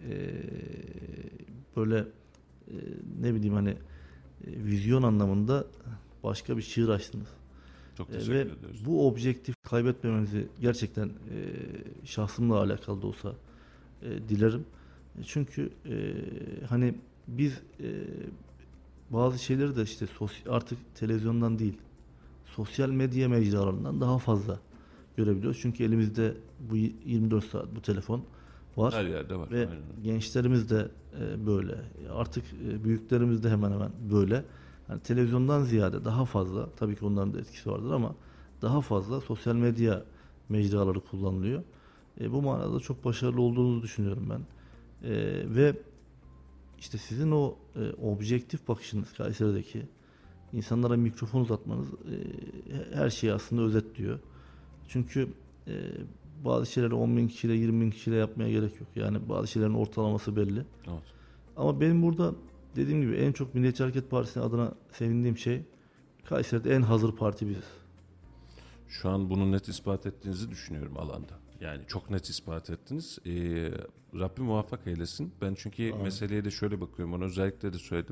Speaker 3: böyle ne bileyim hani vizyon anlamında başka bir çığır açtınız.
Speaker 1: Çok teşekkür
Speaker 3: Ve
Speaker 1: ediyoruz.
Speaker 3: bu objektif kaybetmemenizi gerçekten şahsımla alakalı da olsa dilerim. Çünkü hani biz bazı şeyleri de işte artık televizyondan değil, sosyal medya mecralarından daha fazla görebiliyoruz. Çünkü elimizde bu 24 saat bu telefon var.
Speaker 1: Her yerde var.
Speaker 3: Ve
Speaker 1: Aynen.
Speaker 3: gençlerimiz de böyle. Artık büyüklerimiz de hemen hemen böyle. Yani televizyondan ziyade daha fazla, tabii ki onların da etkisi vardır ama daha fazla sosyal medya mecraları kullanılıyor. Bu manada çok başarılı olduğunuzu düşünüyorum ben. Ve işte sizin o objektif bakışınız Kayseri'deki insanlara mikrofon uzatmanız her şeyi aslında özetliyor. Çünkü bazı şeyleri 10.000 kişiyle 20.000 kişiyle yapmaya gerek yok. Yani bazı şeylerin ortalaması belli.
Speaker 1: Evet.
Speaker 3: Ama benim burada dediğim gibi en çok Milliyetçi Hareket Partisi adına sevindiğim şey Kayseri'de en hazır parti biziz.
Speaker 1: Şu an bunu net ispat ettiğinizi düşünüyorum alanda. Yani çok net ispat ettiniz. Rabbim muvaffak eylesin. Ben çünkü meseleye de şöyle bakıyorum. Onu özellikle de söyledim.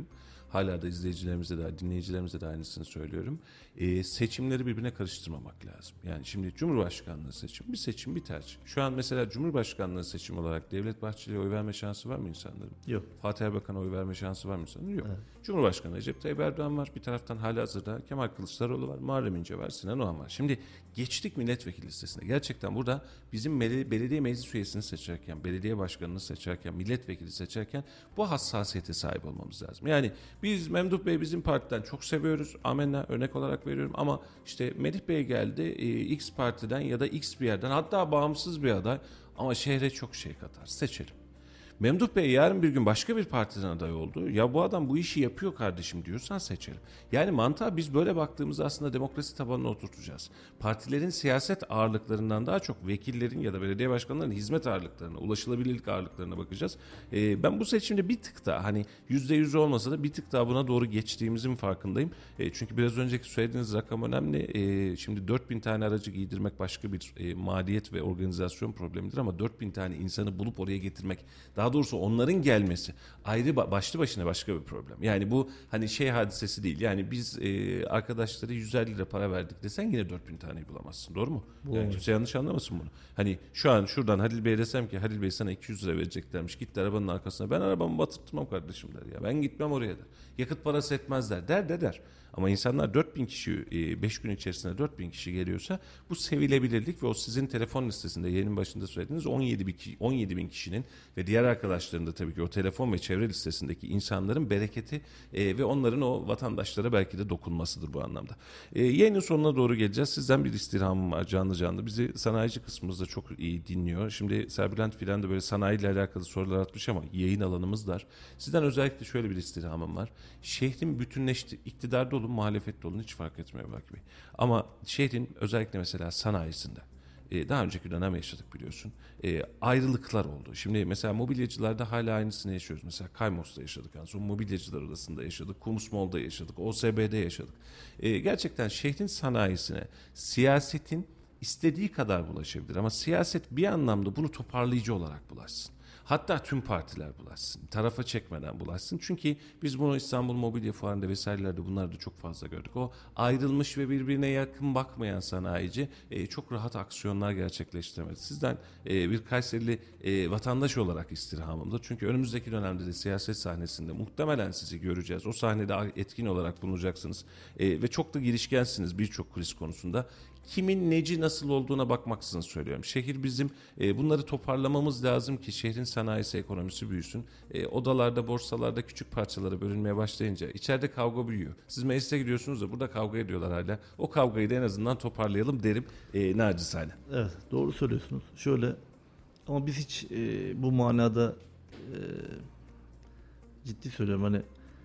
Speaker 1: hala da izleyicilerimize de, dinleyicilerimize de aynısını söylüyorum. Seçimleri birbirine karıştırmamak lazım. Yani şimdi Cumhurbaşkanlığı seçim, bir seçim, bir tercih. Şu an mesela Cumhurbaşkanlığı seçim olarak Devlet Bahçeli'ye oy verme şansı var mı insanların?
Speaker 3: Yok.
Speaker 1: Fatih Erbakan'a oy verme şansı var mı insanların? Yok.
Speaker 3: Evet.
Speaker 1: Cumhurbaşkanı Recep Tayyip Erdoğan var. Bir taraftan halihazırda Kemal Kılıçdaroğlu var. Muharrem İnce var. Sinan Oğan var. Şimdi geçtik milletvekili listesine. Gerçekten burada bizim belediye meclis üyesini seçerken, belediye başkanını seçerken, milletvekili seçerken bu hassasiyete sahip olmamız lazım. Yani biz Memduh Bey bizim partiden çok seviyoruz. Amenna örnek olarak veriyorum ama işte Melih Bey geldi X partiden ya da X bir yerden, hatta bağımsız bir aday ama şehre çok şey katar. Seçelim. Memduh Bey yarın bir gün başka bir partiden aday oldu. Ya bu adam bu işi yapıyor kardeşim diyorsan seçelim. Yani mantığa biz böyle baktığımızda aslında demokrasi tabanına oturtacağız. Partilerin siyaset ağırlıklarından daha çok vekillerin ya da belediye başkanlarının hizmet ağırlıklarına, ulaşılabilirlik ağırlıklarına bakacağız. Ben bu seçimde bir tık daha hani %100 olmasa da bir tık daha buna doğru geçtiğimizin farkındayım. Çünkü biraz önceki söylediğiniz rakam önemli. Şimdi 4000 tane aracı giydirmek başka bir maliyet ve organizasyon problemidir ama 4000 tane insanı bulup oraya getirmek, daha doğrusu onların gelmesi ayrı başlı başına başka bir problem. Yani bu hani şey hadisesi değil. Yani biz arkadaşlara 150 lira para verdik desen yine 4000 taneyi bulamazsın. Doğru mu? Yani kimse yanlış anlamasın bunu. Hani şu an şuradan Halil Bey'e desem ki Halil Bey sana 200 lira vereceklermiş. Git de arabanın arkasına. Ben arabamı batırtmam kardeşim der ya. Ben gitmem oraya der. Yakıt parası etmezler der. Ama insanlar 4000 kişi 5 gün içerisinde 4000 kişi geliyorsa bu sevilebilirlik ve o sizin telefon listesinde yayının başında söylediğiniz 17 bin kişinin ve diğer arkadaşların da tabii ki o telefon ve çevre listesindeki insanların bereketi ve onların o vatandaşlara belki de dokunmasıdır bu anlamda. Yayının sonuna doğru geleceğiz. Sizden bir istirhamım var canlı. Bizi sanayici kısmımızda çok iyi dinliyor. Şimdi Serbülent filan da böyle sanayiyle alakalı sorular atmış ama yayın alanımız dar. Sizden özellikle şöyle bir istirhamım var. Şehrin bütünleşti, iktidarda olun, muhalefette olun hiç fark etmiyor Baki Bey. Ama şehrin özellikle mesela sanayisinde daha önceki dönem yaşadık biliyorsun. Ayrılıklar oldu. Şimdi mesela mobilyacılarda hala aynısını yaşıyoruz. Mesela Kaymos'ta yaşadık. Yani son mobilyacılar odasında yaşadık. Kumusmol'da yaşadık. OSB'de yaşadık. Gerçekten şehrin sanayisine siyasetin istediği kadar bulaşabilir. Ama siyaset bir anlamda bunu toparlayıcı olarak bulaşsın. Hatta tüm partiler bulaşsın. Tarafa çekmeden bulaşsın. Çünkü biz bunu İstanbul Mobilya Fuarı'nda vesairelerde bunları da çok fazla gördük. O ayrılmış ve birbirine yakın bakmayan sanayici çok rahat aksiyonlar gerçekleştiremedi. Sizden bir Kayserili vatandaş olarak istirhamımdır. Çünkü önümüzdeki dönemde de siyaset sahnesinde muhtemelen sizi göreceğiz. O sahnede etkin olarak bulunacaksınız. Ve çok da girişkensiniz birçok kriz konusunda. Kimin neci nasıl olduğuna bakmaksızın söylüyorum. Şehir bizim, bunları toparlamamız lazım ki şehrin sanayisi, ekonomisi büyüsün. Odalarda, borsalarda küçük parçalara bölünmeye başlayınca içeride kavga büyüyor. Siz meclise gidiyorsunuz da burada kavga ediyorlar hala. O kavgayı da en azından toparlayalım derim nacizane.
Speaker 3: Evet, doğru söylüyorsunuz. Şöyle, ama biz hiç bu manada ciddi söylüyorum hani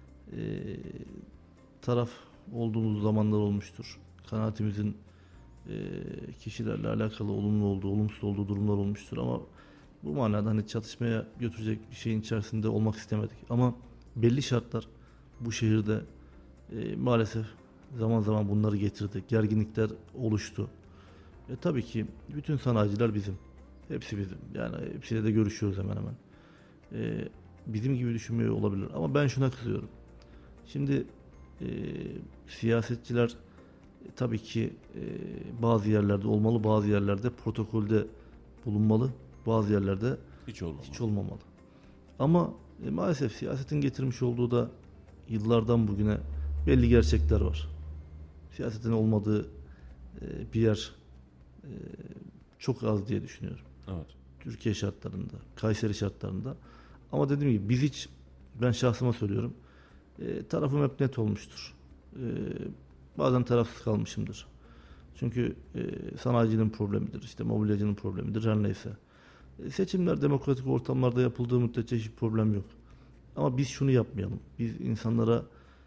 Speaker 3: taraf olduğumuz zamanlar olmuştur. Kanaatimizin kişilerle alakalı olumlu olduğu, olumsuz olduğu durumlar olmuştur ama bu manada hani çatışmaya götürecek bir şeyin içerisinde olmak istemedik. Ama belli şartlar bu şehirde maalesef zaman zaman bunları getirdi. Gerginlikler oluştu. Tabii ki bütün sanayiciler bizim. Hepsi bizim. Yani hepsiyle de görüşüyoruz hemen hemen. Bizim gibi düşünmüyor olabilir. Ama ben şuna kızıyorum. Şimdi siyasetçiler tabii ki bazı yerlerde olmalı, bazı yerlerde protokolde bulunmalı, bazı yerlerde hiç olmamalı. Ama maalesef siyasetin getirmiş olduğu da yıllardan bugüne belli gerçekler var. Siyasetin olmadığı bir yer çok az diye düşünüyorum.
Speaker 1: Evet.
Speaker 3: Türkiye şartlarında, Kayseri şartlarında. Ama dediğim gibi biz hiç, ben şahsıma söylüyorum, tarafım hep net olmuştur. Bazen tarafsız kalmışımdır. Çünkü sanayicinin problemidir, işte mobilyacının problemidir, her neyse. Seçimler demokratik ortamlarda yapıldığı müddetçe hiç problem yok. Ama biz şunu yapmayalım. Biz insanlara,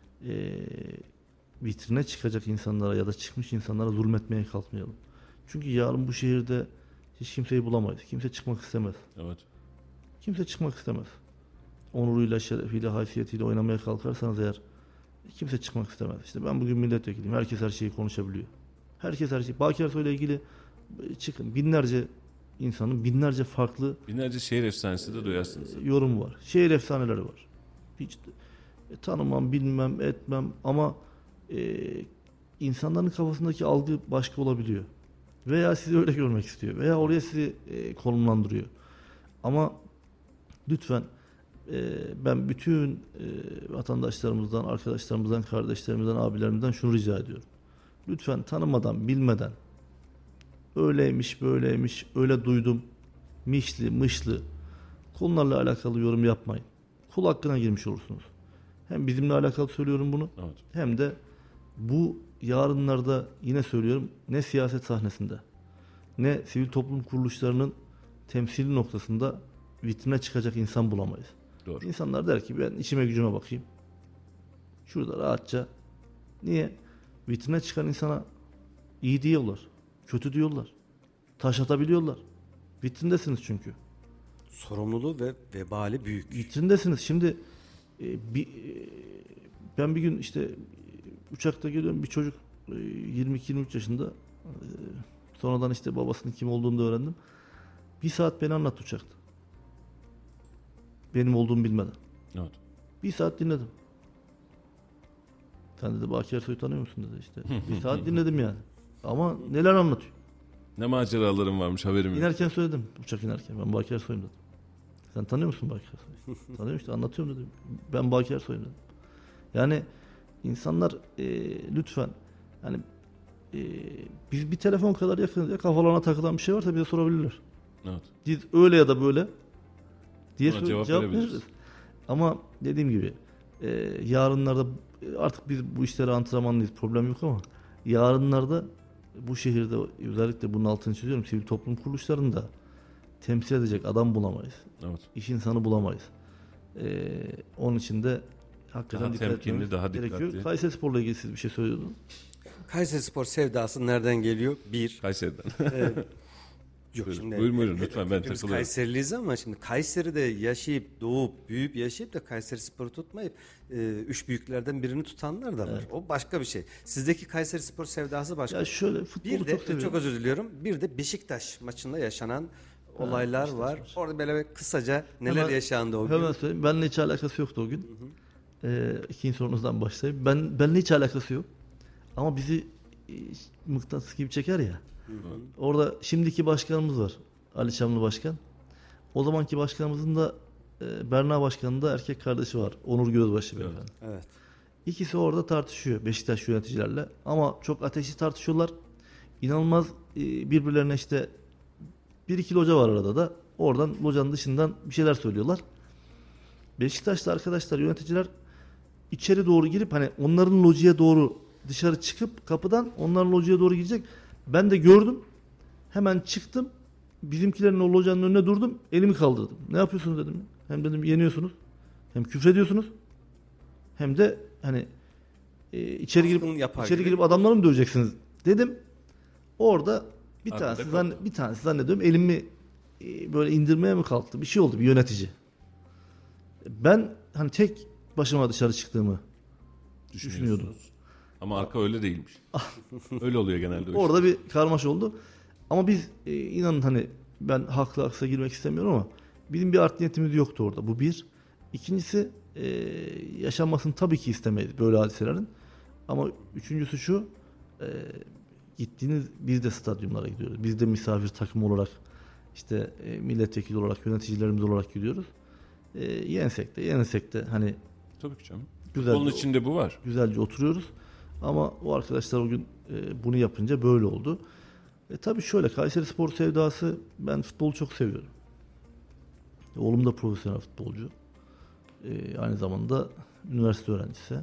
Speaker 3: vitrine çıkacak insanlara ya da çıkmış insanlara zulmetmeye kalkmayalım. Çünkü yarın bu şehirde hiç kimseyi bulamayız. Kimse çıkmak istemez.
Speaker 1: Evet.
Speaker 3: Kimse çıkmak istemez. Onuruyla, şerefiyle, haysiyetiyle oynamaya kalkarsanız eğer kimse çıkmak istemez. İşte ben bugün milletvekiliyim. Herkes her şeyi konuşabiliyor. Herkes her şeyi. Baki Ersoy'la ilgili çıkın binlerce insanın binlerce farklı
Speaker 1: şehir efsanesi de duyarsınız.
Speaker 3: Yorum var. Şehir efsaneleri var. Hiç Tanımam, bilmem, etmem ama insanların kafasındaki algı başka olabiliyor. Veya sizi öyle görmek istiyor. Veya oraya sizi konumlandırıyor. Ama lütfen ben bütün vatandaşlarımızdan, arkadaşlarımızdan, kardeşlerimizden, abilerimizden şunu rica ediyorum. Lütfen tanımadan, bilmeden öyleymiş, böyleymiş, öyle duydum, mişli, mışlı konularla alakalı yorum yapmayın. Kul hakkına girmiş olursunuz. Hem bizimle alakalı söylüyorum bunu,
Speaker 1: Evet.
Speaker 3: hem de bu yarınlarda yine söylüyorum, ne siyaset sahnesinde, ne sivil toplum kuruluşlarının temsili noktasında vitrine çıkacak insan bulamayız.
Speaker 1: Doğru.
Speaker 3: İnsanlar der ki ben içime gücüme bakayım. Şurada rahatça. Niye? Vitrine çıkan insana iyi diyorlar, kötü diyorlar, taş atabiliyorlar. Vitrindesiniz çünkü.
Speaker 4: Sorumluluğu ve vebali büyük.
Speaker 3: Vitrindesiniz. Şimdi ben bir gün işte uçakta geliyorum, bir çocuk 22-23 yaşında, sonradan işte babasının kim olduğunu da öğrendim. Bir saat beni anlattı uçakta. Benim olduğumu bilmeden.
Speaker 1: Evet.
Speaker 3: Bir saat dinledim. Sen dedi Baki Ersoy'u tanıyor musun dedi işte. Bir saat dinledim yani. Ama neler anlatıyor.
Speaker 1: Ne maceralarım varmış, haberim yok.
Speaker 3: İnerken söyledim. Uçak inerken ben Baki Ersoy'um dedim. Sen tanıyor musun Baki Ersoy'u? Tanıyorum işte, anlatıyorum dedim. Ben Baki Ersoy'um dedim. Yani insanlar lütfen hani biz bir telefon kadar yakınız ya, kafalarına takılan bir şey varsa bize sorabilirler.
Speaker 1: Evet.
Speaker 3: Biz öyle ya da böyle diye
Speaker 1: Buna cevap
Speaker 3: cevap
Speaker 1: verebiliriz.
Speaker 3: veririz. Ama dediğim gibi yarınlarda artık biz bu işlere antrenmanlıyız, problem yok, ama yarınlarda bu şehirde özellikle bunun altını çiziyorum, sivil toplum kuruluşlarında temsil edecek adam bulamayız.
Speaker 1: Evet.
Speaker 3: İş insanı bulamayız. Onun için de hakikaten
Speaker 1: Daha
Speaker 3: dikkat
Speaker 1: temkinli,
Speaker 3: etmemiz
Speaker 1: daha
Speaker 3: gerekiyor.
Speaker 1: dikkatli.
Speaker 3: Kayserispor'la ilgili siz bir şey söylüyordunuz.
Speaker 4: Kayserispor sevdası nereden geliyor? Bir.
Speaker 1: Kayseri'den.
Speaker 4: Yok
Speaker 1: Buyurun,
Speaker 4: şimdi.
Speaker 1: buyurun lütfen, ben
Speaker 4: Hepimiz
Speaker 1: takılıyorum.
Speaker 4: Kayseriliyiz ama şimdi Kayseri'de yaşayıp doğup büyüyüp yaşayıp da Kayserispor'u tutmayıp üç büyüklerden birini tutanlar da var.
Speaker 3: Evet.
Speaker 4: O başka bir şey. Sizdeki Kayserispor sevdası başka.
Speaker 3: Ya şöyle, futbolu
Speaker 4: Bir de
Speaker 3: çok seviyorum.
Speaker 4: çok özür diliyorum. Bir de Beşiktaş maçında yaşanan olaylar
Speaker 3: Beşiktaş
Speaker 4: var.
Speaker 3: maçı.
Speaker 4: Orada böyle kısaca neler
Speaker 3: Hemen-
Speaker 4: yaşandı o gün.
Speaker 3: Hemen söyleyeyim. Benimle hiç alakası yoktu o gün. İkinci sorunuzdan başlayayım. Benimle hiç alakası yok. Ama bizi mıknatıs gibi çeker ya. Orada şimdiki başkanımız var. Ali Çamlı Başkan. O zamanki başkanımızın da Berna Başkan'ın da erkek kardeşi var. Onur Gözbaşı
Speaker 1: Evet.
Speaker 3: beyefendi.
Speaker 4: Evet.
Speaker 3: İkisi orada tartışıyor Beşiktaş yöneticilerle. Ama çok ateşli tartışıyorlar. İnanılmaz birbirlerine işte bir iki loca var arada da. Oradan locanın dışından bir şeyler söylüyorlar. Beşiktaşlı arkadaşlar, yöneticiler içeri doğru girip hani onların locaya doğru dışarı çıkıp kapıdan onların locaya doğru girecek. Ben de gördüm. Hemen çıktım. Bizimkilerin o locanın önüne durdum. Elimi kaldırdım. Ne yapıyorsunuz dedim. Hem dedim yeniyorsunuz. Hem küfrediyorsunuz. Hem de hani içeri
Speaker 4: Baskın yapar
Speaker 3: girip
Speaker 4: gibi.
Speaker 3: adamları mı döveceksiniz dedim. Orada bir
Speaker 1: Arkada
Speaker 3: tanesi
Speaker 1: kaldı.
Speaker 3: bir tanesi zannediyorum elimi böyle indirmeye mi kalktı? Bir şey oldu, bir yönetici. Ben hani tek başıma dışarı çıktığımı düşünüyordum.
Speaker 1: Ama arka öyle değilmiş. Öyle oluyor genelde. o iş.
Speaker 3: Orada bir karmaşa oldu. Ama biz inanın hani ben haklı haksıza girmek istemiyorum ama bizim bir art niyetimiz yoktu orada. Bu bir. İkincisi yaşanmasını tabii ki istemeyiz böyle hadiselerin. Ama üçüncüsü şu, gittiğiniz, biz de stadyumlara gidiyoruz. Biz de misafir takım olarak işte milletvekili olarak, yöneticilerimiz olarak gidiyoruz. Yensek de yenilsek de hani
Speaker 1: Tabii ki canım.
Speaker 3: güzel
Speaker 1: Onun içinde bu var.
Speaker 3: güzelce oturuyoruz. Ama o arkadaşlar o gün bunu yapınca böyle oldu. Tabii şöyle, Kayserispor sevdası, ben futbolu çok seviyorum. Oğlum da profesyonel futbolcu. Aynı zamanda üniversite öğrencisi.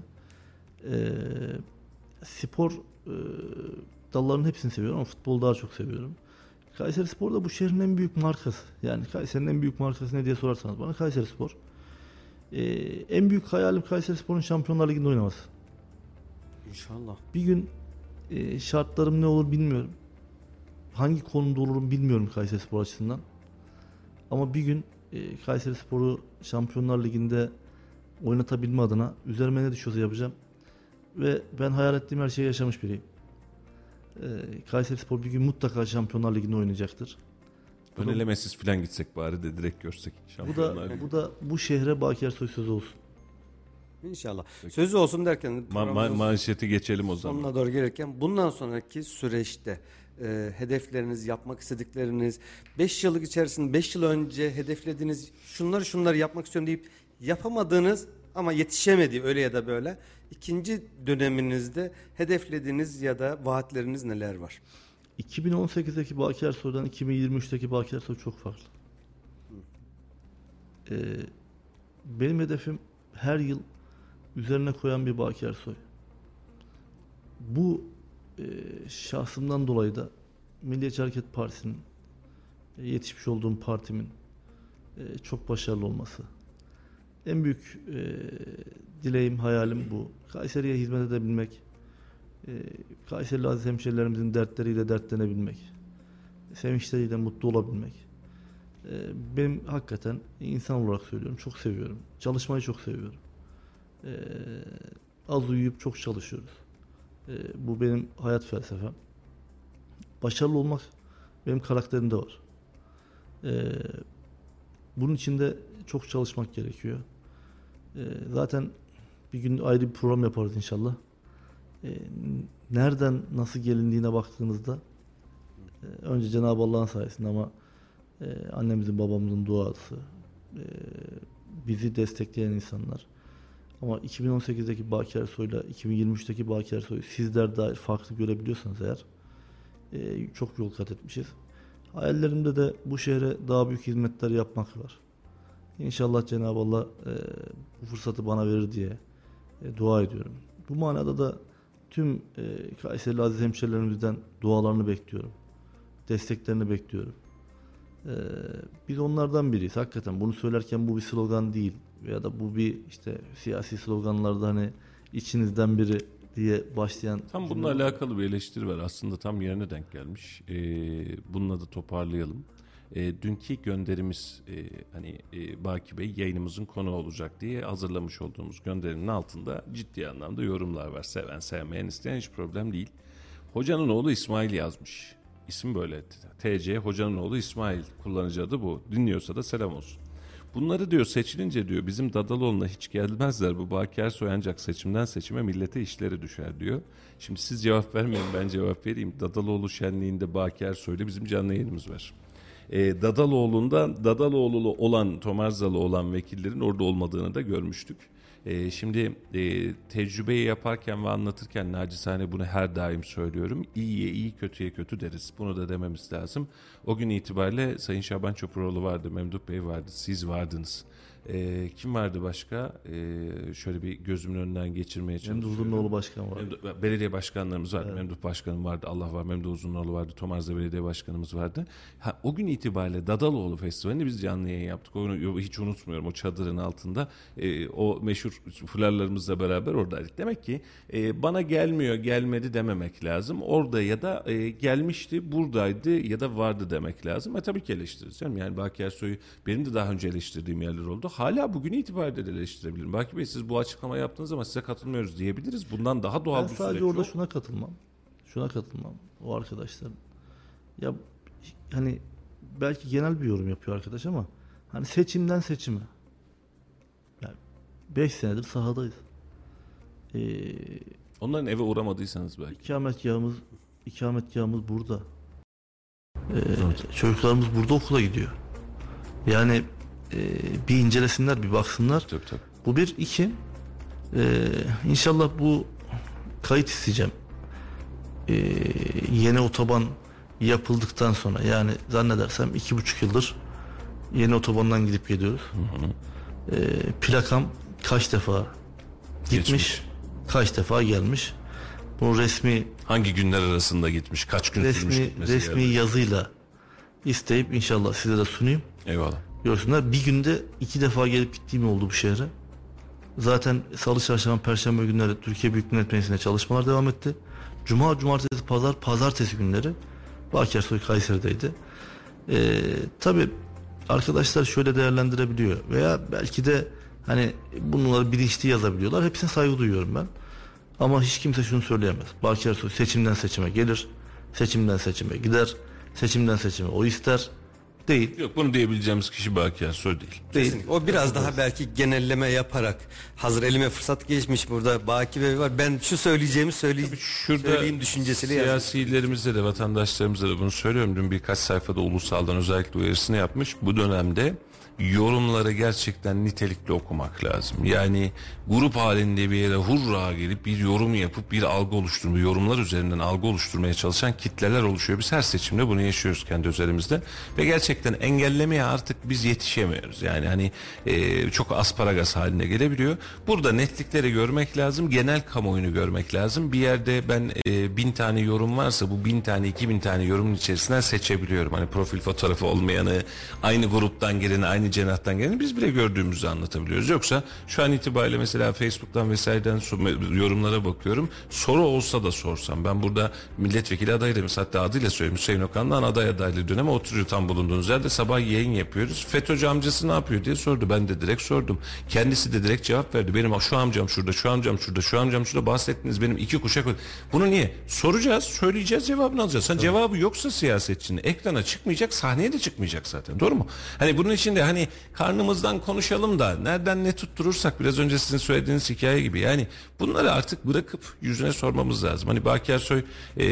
Speaker 3: Spor dallarının hepsini seviyorum ama futbolu daha çok seviyorum. Kayserispor da bu şehrin en büyük markası. Yani Kayseri'nin en büyük markası ne diye sorarsanız bana Kayserispor. En büyük hayalim Kayserispor'un Şampiyonlar Ligi'nde oynaması.
Speaker 4: İnşallah.
Speaker 3: Bir gün şartlarım ne olur bilmiyorum. Hangi konumda olurum bilmiyorum Kayserispor açısından. Ama bir gün Kayserispor'u Şampiyonlar Ligi'nde oynatabilme adına üzerime ne düşüyorsa yapacağım. Ve ben hayal ettiğim her şeyi yaşamış biriyim. Kayserispor bir gün mutlaka Şampiyonlar Ligi'nde oynayacaktır.
Speaker 1: Önelemesiz falan gitsek bari de direkt görsek.
Speaker 3: Bu da bu şehre Baki Ersoy sözü olsun.
Speaker 4: İnşallah. Sözü olsun derken
Speaker 1: Manşeti geçelim o zaman.
Speaker 4: sonuna doğru gelirken bundan sonraki süreçte hedefleriniz, yapmak istedikleriniz, 5 yıllık içerisinde 5 yıl önce hedeflediğiniz şunları yapmak istiyorum deyip yapamadığınız ama yetişemediği öyle ya da böyle ikinci döneminizde hedeflediğiniz ya da vaatleriniz neler var?
Speaker 3: 2018'deki Baki Ersoy'dan 2023'teki Baki Ersoy çok farklı. Benim hedefim her yıl üzerine koyan bir Baki Ersoy. Bu şahsımdan dolayı da Milliyetçi Hareket Partisi'nin yetişmiş olduğum partimin çok başarılı olması. En büyük dileğim, hayalim bu. Kayseri'ye hizmet edebilmek, Kayserili aziz hemşehrilerimizin dertleriyle dertlenebilmek, sevinçleriyle mutlu olabilmek. Benim hakikaten insan olarak söylüyorum, çok seviyorum. Çalışmayı çok seviyorum. Az uyuyup çok çalışıyoruz. Bu benim hayat felsefem. Başarılı olmak benim karakterimde var. Bunun için de çok çalışmak gerekiyor. Zaten bir gün ayrı bir program yaparız inşallah. Nereden nasıl gelindiğine baktığınızda önce Cenab-ı Allah'ın sayesinde ama annemizin babamızın duası, bizi destekleyen insanlar. Ama 2018'deki Baki Ersoy'la 2023'teki Baki Ersoy'u sizler dair farklı görebiliyorsanız eğer çok yol kat etmişiz. Hayallerimde de bu şehre daha büyük hizmetler yapmak var. İnşallah Cenab-ı Allah bu fırsatı bana verir diye dua ediyorum. Bu manada da tüm Kayserili aziz hemşehrilerimizden dualarını bekliyorum. Desteklerini bekliyorum. Biz onlardan biriyiz. Hakikaten bunu söylerken bu bir slogan değil. Veya da bu bir işte siyasi sloganlarda hani içinizden biri diye başlayan...
Speaker 1: Tam bununla alakalı bir eleştiri var. Aslında tam yerine denk gelmiş. Bununla da toparlayalım. Dünkü gönderimiz Baki Bey yayınımızın konu olacak diye hazırlamış olduğumuz gönderinin altında ciddi anlamda yorumlar var. Seven sevmeyen isteyen hiç problem değil. Hocanın oğlu İsmail yazmış. İsim böyle. TC Hocanın oğlu İsmail, kullanıcı adı bu. Dinliyorsa da selam olsun. Bunları diyor seçilince diyor bizim Dadaloğlu'na hiç gelmezler. Bu Baki Ersoy ancak seçimden seçime millete işleri düşer diyor. Şimdi siz cevap vermeyin, ben cevap vereyim. Dadaloğlu şenliğinde Baki Ersoy'la bizim canlı yayınımız var. Dadaloğlu olan, Tomarzalı olan vekillerin orada olmadığını da görmüştük. Şimdi tecrübeyi yaparken ve anlatırken nacizane bunu her daim söylüyorum. İyiye iyi, kötüye kötü deriz. Bunu da dememiz lazım. O gün itibariyle Sayın Şaban Çopuroğlu vardı, Memduh Bey vardı, siz vardınız. Kim vardı başka? Şöyle bir gözümün önünden geçirmeye çalışıyorum.
Speaker 3: Memduh Uzunluoğlu başkan vardı.
Speaker 1: Belediye başkanlarımız vardı. Evet. Memduh Başkanım vardı. Allah var. Memduh Uzunluoğlu vardı. Tomarza Belediye Başkanımız vardı. O gün itibariyle Dadaloğlu Festivali'ni biz canlı yayın yaptık. Onu hiç unutmuyorum. O çadırın altında o meşhur fularlarımızla beraber oradaydık. Demek ki bana gelmedi dememek lazım. Orada ya da gelmişti, buradaydı ya da vardı demek lazım. Tabii ki eleştiririz canım. Yani Baki Ersoy'u benim de daha önce eleştirdiğim yerler oldu. Hala bugün itibariyle de eleştirebilirim. Baki Bey siz bu açıklama yaptınız ama size katılmıyoruz diyebiliriz. Bundan daha doğal bir süreç yok.
Speaker 3: Ben sadece orada şuna katılmam. O arkadaşlar. Ya hani belki genel bir yorum yapıyor arkadaş ama hani seçimden seçime. Yani 5 senedir sahadayız.
Speaker 1: Onların eve uğramadıysanız belki.
Speaker 3: İkametgahımız burada. Çocuklarımız burada okula gidiyor. Yani bir incelesinler, bir baksınlar.
Speaker 1: Tabii.
Speaker 3: Bu bir, iki. İnşallah bu kayıt isteyeceğim. Yeni otoban yapıldıktan sonra, yani zannedersem 2,5 yıldır yeni otobandan gidip geliyoruz. Plakam kaç defa gitmiş, kaç defa gelmiş. Bunu resmi,
Speaker 1: hangi günler arasında gitmiş, kaç gün sürmüş gitmesi,
Speaker 3: resmi yazıyla isteyip inşallah size de sunayım.
Speaker 1: Eyvallah.
Speaker 3: Görsünler. Bir günde 2 defa gelip gittiğim oldu bu şehre. Zaten Salı, Çarşamba, Perşembe günleri Türkiye Büyük Millet Meclisi'nde çalışmalar devam etti. Cuma, Cumartesi, Pazar, Pazartesi günleri Baki Ersoy Kayseri'deydi. Tabii arkadaşlar şöyle değerlendirebiliyor veya belki de hani bunları bilinçli yazabiliyorlar. Hepsine saygı duyuyorum ben. Ama hiç kimse şunu söyleyemez. Baki Ersoy seçimden seçime gelir, seçimden seçime gider, seçimden seçime o ister. Değil.
Speaker 1: Yok, bunu diyebileceğimiz kişi Baki Ersoy değil.
Speaker 4: Kesinlikle. O biraz daha belki genelleme yaparak, hazır elime fırsat geçmiş burada Baki Bey var, ben şu söyleyeceğimi söyleyeyim düşüncesiyle yazmış.
Speaker 1: Siyasilerimizde de vatandaşlarımıza da bunu söylüyorum. Dün birkaç sayfada ulusaldan özellikle uyarısını yapmış. Bu dönemde yorumları gerçekten nitelikli okumak lazım. Yani grup halinde bir yere hurra gelip bir yorum yapıp bir algı oluşturma, yorumlar üzerinden algı oluşturmaya çalışan kitleler oluşuyor. Biz her seçimde bunu yaşıyoruz kendi üzerimizde ve gerçekten engellemeye artık biz yetişemiyoruz. Yani hani çok asparagas haline gelebiliyor. Burada netlikleri görmek lazım, genel kamuoyunu görmek lazım. Bir yerde ben 1000 tane yorum varsa bu 1000 tane 2000 tane yorumun içerisinden seçebiliyorum. Hani profil fotoğrafı olmayanı, aynı gruptan geleni, aynı cenahtan geleni biz bile gördüğümüzü anlatabiliyoruz. Yoksa şu an itibariyle mesela Facebook'tan vesaireden yorumlara bakıyorum. Soru olsa da sorsam, ben burada milletvekili adayıyım, hatta adıyla söyleyeyim, Hüseyin Okan'dan aday adaylığı dönemi oturuyor tam bulunduğunuz yerde, sabah yayın yapıyoruz. FETÖ'cü amcası ne yapıyor diye sordu. Ben de direkt sordum. Kendisi de direkt cevap verdi. Benim şu amcam şurada, şu amcam şurada, şu amcam şurada, bahsettiniz benim 2 kuşak. Bunu niye? Soracağız, söyleyeceğiz, cevabını alacağız. Sen cevabı yoksa siyasetçinin ekrana çıkmayacak, sahneye de çıkmayacak zaten. Doğru mu? Hani bunun için de hani karnımızdan konuşalım da nereden ne tutturursak, biraz önce sizin söylediğiniz hikaye gibi, yani bunları artık bırakıp yüzüne sormamız lazım. Hani Baki Ersoy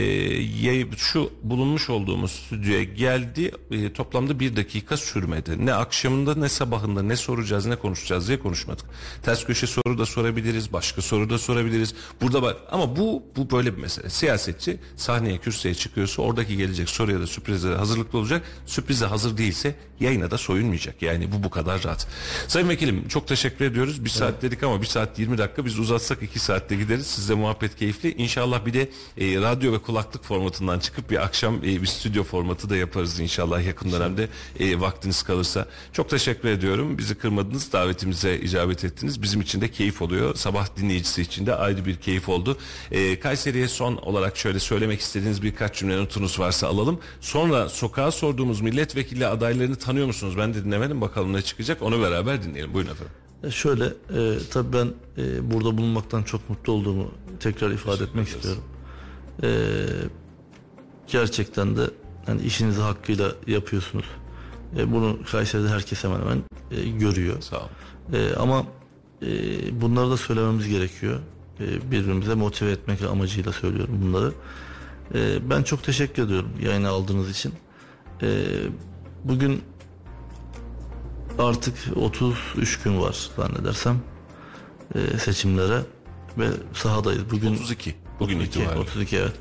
Speaker 1: şu bulunmuş olduğumuz stüdyoya geldi, toplamda 1 dakika sürmedi. Ne akşamında ne sabahında ne soracağız ne konuşacağız diye konuşmadık. Ters köşe soru da sorabiliriz, başka soru da sorabiliriz. Burada bak, ama bu böyle bir mesele. Siyasetçi sahneye, kürsüye çıkıyorsa oradaki gelecek soruya da sürprize hazırlıklı olacak. Sürprize hazır değilse yayına da soyunmayacak. Yani bu kadar rahat. Sayın Vekilim, çok teşekkür ediyoruz. 1 saat dedik ama 1 saat 20 dakika. Biz uzatsak 2 saatte gideriz. Sizle muhabbet keyifli. İnşallah bir de radyo ve kulaklık formatından çıkıp bir akşam bir stüdyo formatı da yaparız inşallah yakın dönemde, vaktiniz kalırsa. Çok teşekkür ediyorum. Bizi kırmadınız. Davetimize icabet ettiniz. Bizim için de keyif oluyor. Sabah dinleyicisi için de ayrı bir keyif oldu. Kayseri'ye son olarak şöyle söylemek istediğiniz birkaç cümle, notunuz varsa alalım. Sonra sokağa sorduğumuz milletvekili adaylarını tanıyor musunuz? Ben de dinlemedim. Bakalım ne çıkacak. Onu beraber dinleyelim. Buyurun efendim.
Speaker 3: Şöyle, tabii ben burada bulunmaktan çok mutlu olduğumu tekrar ifade etmek istiyorum. Gerçekten de yani işinizi hakkıyla yapıyorsunuz. Bunu Kayseri'de herkes hemen hemen görüyor.
Speaker 1: Sağ olun.
Speaker 3: Ama bunları da söylememiz gerekiyor. Birbirimize motive etmek amacıyla söylüyorum bunları. Ben çok teşekkür ediyorum yayını aldığınız için. Bugün artık 33 gün var zannedersem seçimlere ve sahadayız. Bugün
Speaker 1: 32. Bugün
Speaker 3: 32,
Speaker 1: itibariyle.
Speaker 3: 32 evet.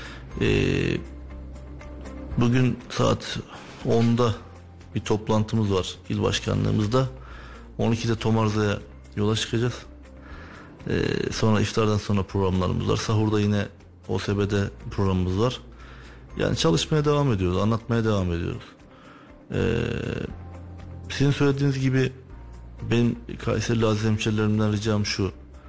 Speaker 3: Bugün saat 10'da bir toplantımız var il başkanlığımızda. 12'de Tomarza'ya yola çıkacağız. Sonra iftardan sonra programlarımız var. Sahurda yine OSB'de programımız var. Yani çalışmaya devam ediyoruz, anlatmaya devam ediyoruz. Sizin söylediğiniz gibi benim Kayserili aziz hemşerilerimden ricam şu.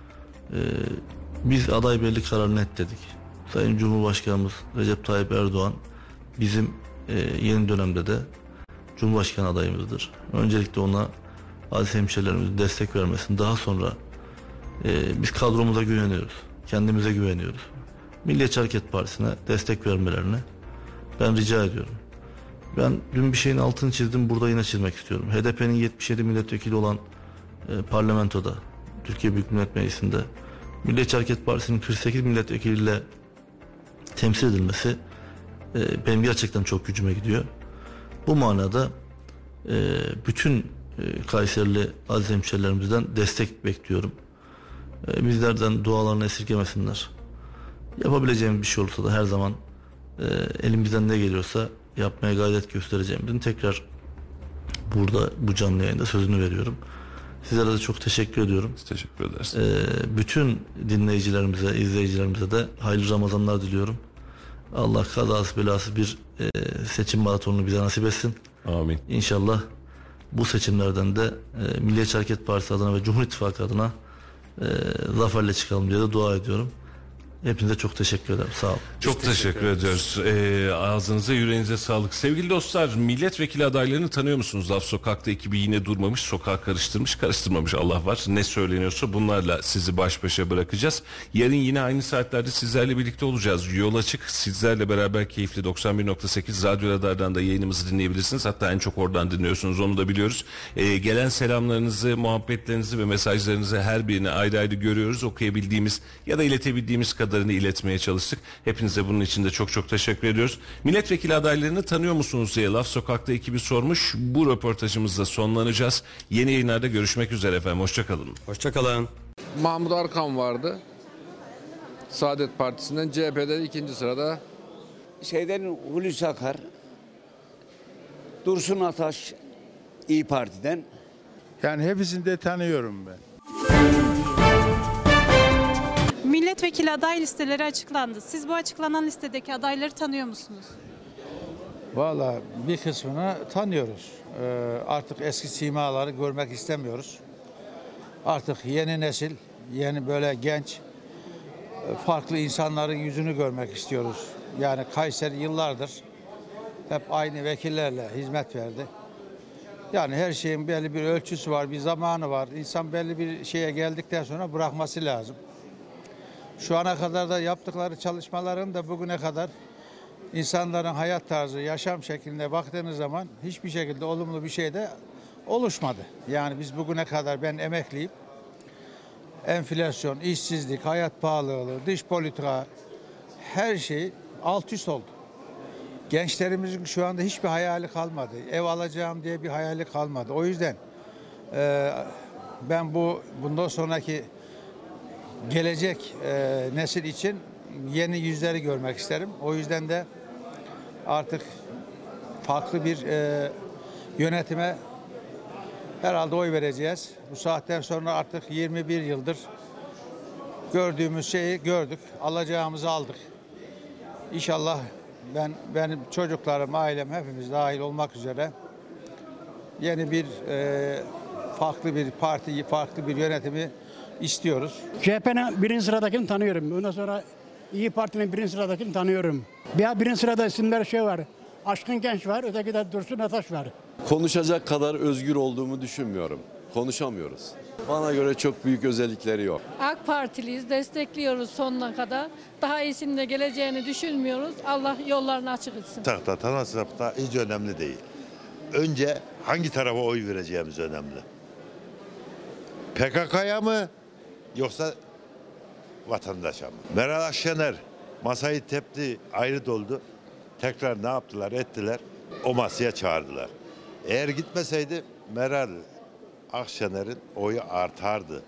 Speaker 3: Biz aday belli kararını net dedik. Sayın Cumhurbaşkanımız Recep Tayyip Erdoğan bizim yeni dönemde de Cumhurbaşkanı adayımızdır. Öncelikle ona aziz hemşerilerimizin destek vermesini, daha sonra biz kadromuza güveniyoruz. Kendimize güveniyoruz. Milliyetçi Hareket Partisi'ne destek vermelerini ben rica ediyorum. Ben dün bir şeyin altını çizdim, burada yine çizmek istiyorum. HDP'nin 77 milletvekili olan parlamentoda, Türkiye Büyük Millet Meclisi'nde Milliyetçi Hareket Partisi'nin 48 milletvekiliyle temsil edilmesi benim gerçekten çok gücüme gidiyor. Bu manada bütün Kayserili aziz hemşerilerimizden destek bekliyorum. Bizlerden dualarını esirgemesinler. Yapabileceğimiz bir şey olursa da her zaman elimizden ne geliyorsa yapmaya gayret göstereceğimizin tekrar burada bu canlı yayında sözünü veriyorum. Sizlere de çok teşekkür ediyorum.
Speaker 1: Teşekkür ederiz.
Speaker 3: Bütün dinleyicilerimize, izleyicilerimize de hayırlı Ramazanlar diliyorum. Allah kazası belası bir seçim maratonunu bize nasip etsin.
Speaker 1: Amin.
Speaker 3: İnşallah bu seçimlerden de Milliyetçi Hareket Partisi adına ve Cumhur İttifakı adına zaferle çıkalım diye de dua ediyorum. Hepinize çok teşekkür ederim. Sağ olun.
Speaker 1: Çok teşekkür ediyoruz. Ağzınıza yüreğinize sağlık. Sevgili dostlar, milletvekili adaylarını tanıyor musunuz? Laf Sokak'ta ekibi yine durmamış, sokağı karıştırmamış Allah var. Ne söyleniyorsa bunlarla sizi baş başa bırakacağız. Yarın yine aynı saatlerde sizlerle birlikte olacağız. Yol açık, sizlerle beraber keyifli 91.8 Radyo Radar'dan da yayınımızı dinleyebilirsiniz. Hatta en çok oradan dinliyorsunuz, onu da biliyoruz. Gelen selamlarınızı, muhabbetlerinizi ve mesajlarınızı her birini ayrı ayrı görüyoruz. Okuyabildiğimiz ya da iletebildiğimiz kadarını iletmeye çalıştık. Hepinize bunun için de çok çok teşekkür ediyoruz. Milletvekili adaylarını tanıyor musunuz diye Laf Sokak'ta ekibi sormuş. Bu röportajımızla sonlanacağız. Yeni yayınlarda görüşmek üzere efendim. Hoşçakalın.
Speaker 4: Hoşçakalın.
Speaker 5: Mahmut Arkan vardı. Saadet Partisi'nden, CHP'de ikinci sırada.
Speaker 6: Hulusi Akar, Dursun Ataş İyi Parti'den.
Speaker 7: Yani hepsini de tanıyorum ben.
Speaker 8: Milletvekili aday listeleri açıklandı. Siz bu açıklanan listedeki adayları tanıyor musunuz?
Speaker 9: Valla bir kısmını tanıyoruz. Artık eski simaları görmek istemiyoruz. Artık yeni nesil, yeni böyle genç, farklı insanların yüzünü görmek istiyoruz. Yani Kayseri yıllardır hep aynı vekillerle hizmet verdi. Yani her şeyin belli bir ölçüsü var, bir zamanı var. İnsan belli bir şeye geldikten sonra bırakması lazım. Şu ana kadar da yaptıkları çalışmaların da bugüne kadar insanların hayat tarzı, yaşam şekline baktığınız zaman hiçbir şekilde olumlu bir şey de oluşmadı. Yani biz bugüne kadar, ben emekliyim, enflasyon, işsizlik, hayat pahalılığı, dış politika, her şey alt üst oldu. Gençlerimizin şu anda hiçbir hayali kalmadı. Ev alacağım diye bir hayali kalmadı. O yüzden ben bundan sonraki gelecek nesil için yeni yüzleri görmek isterim. O yüzden de artık farklı bir yönetime herhalde oy vereceğiz. Bu saatten sonra artık 21 yıldır gördüğümüz şeyi gördük. Alacağımızı aldık. İnşallah benim çocuklarım, ailem, hepimiz dahil olmak üzere yeni bir farklı bir partiyi, farklı bir yönetimi istiyoruz.
Speaker 10: CHP'nin birinci sıradakini tanıyorum. Ondan sonra İyi Parti'nin birinci sıradakini tanıyorum. Birinci sırada isimler var. Aşkın Genç var, öteki de Dursun Ataş var.
Speaker 11: Konuşacak kadar özgür olduğumu düşünmüyorum. Konuşamıyoruz. Bana göre çok büyük özellikleri yok.
Speaker 12: AK Partiliyiz, destekliyoruz sonuna kadar. Daha iyisinin de geleceğini düşünmüyoruz. Allah yollarını açık etsin.
Speaker 13: Tanısak da hiç önemli değil. Önce hangi tarafa oy vereceğimiz önemli. PKK'ya mı yoksa vatandaşa mı? Meral Akşener masayı tepti, ayrı doldu. Tekrar ne yaptılar, ettiler? O masaya çağırdılar. Eğer gitmeseydi Meral Akşener'in oyu artardı.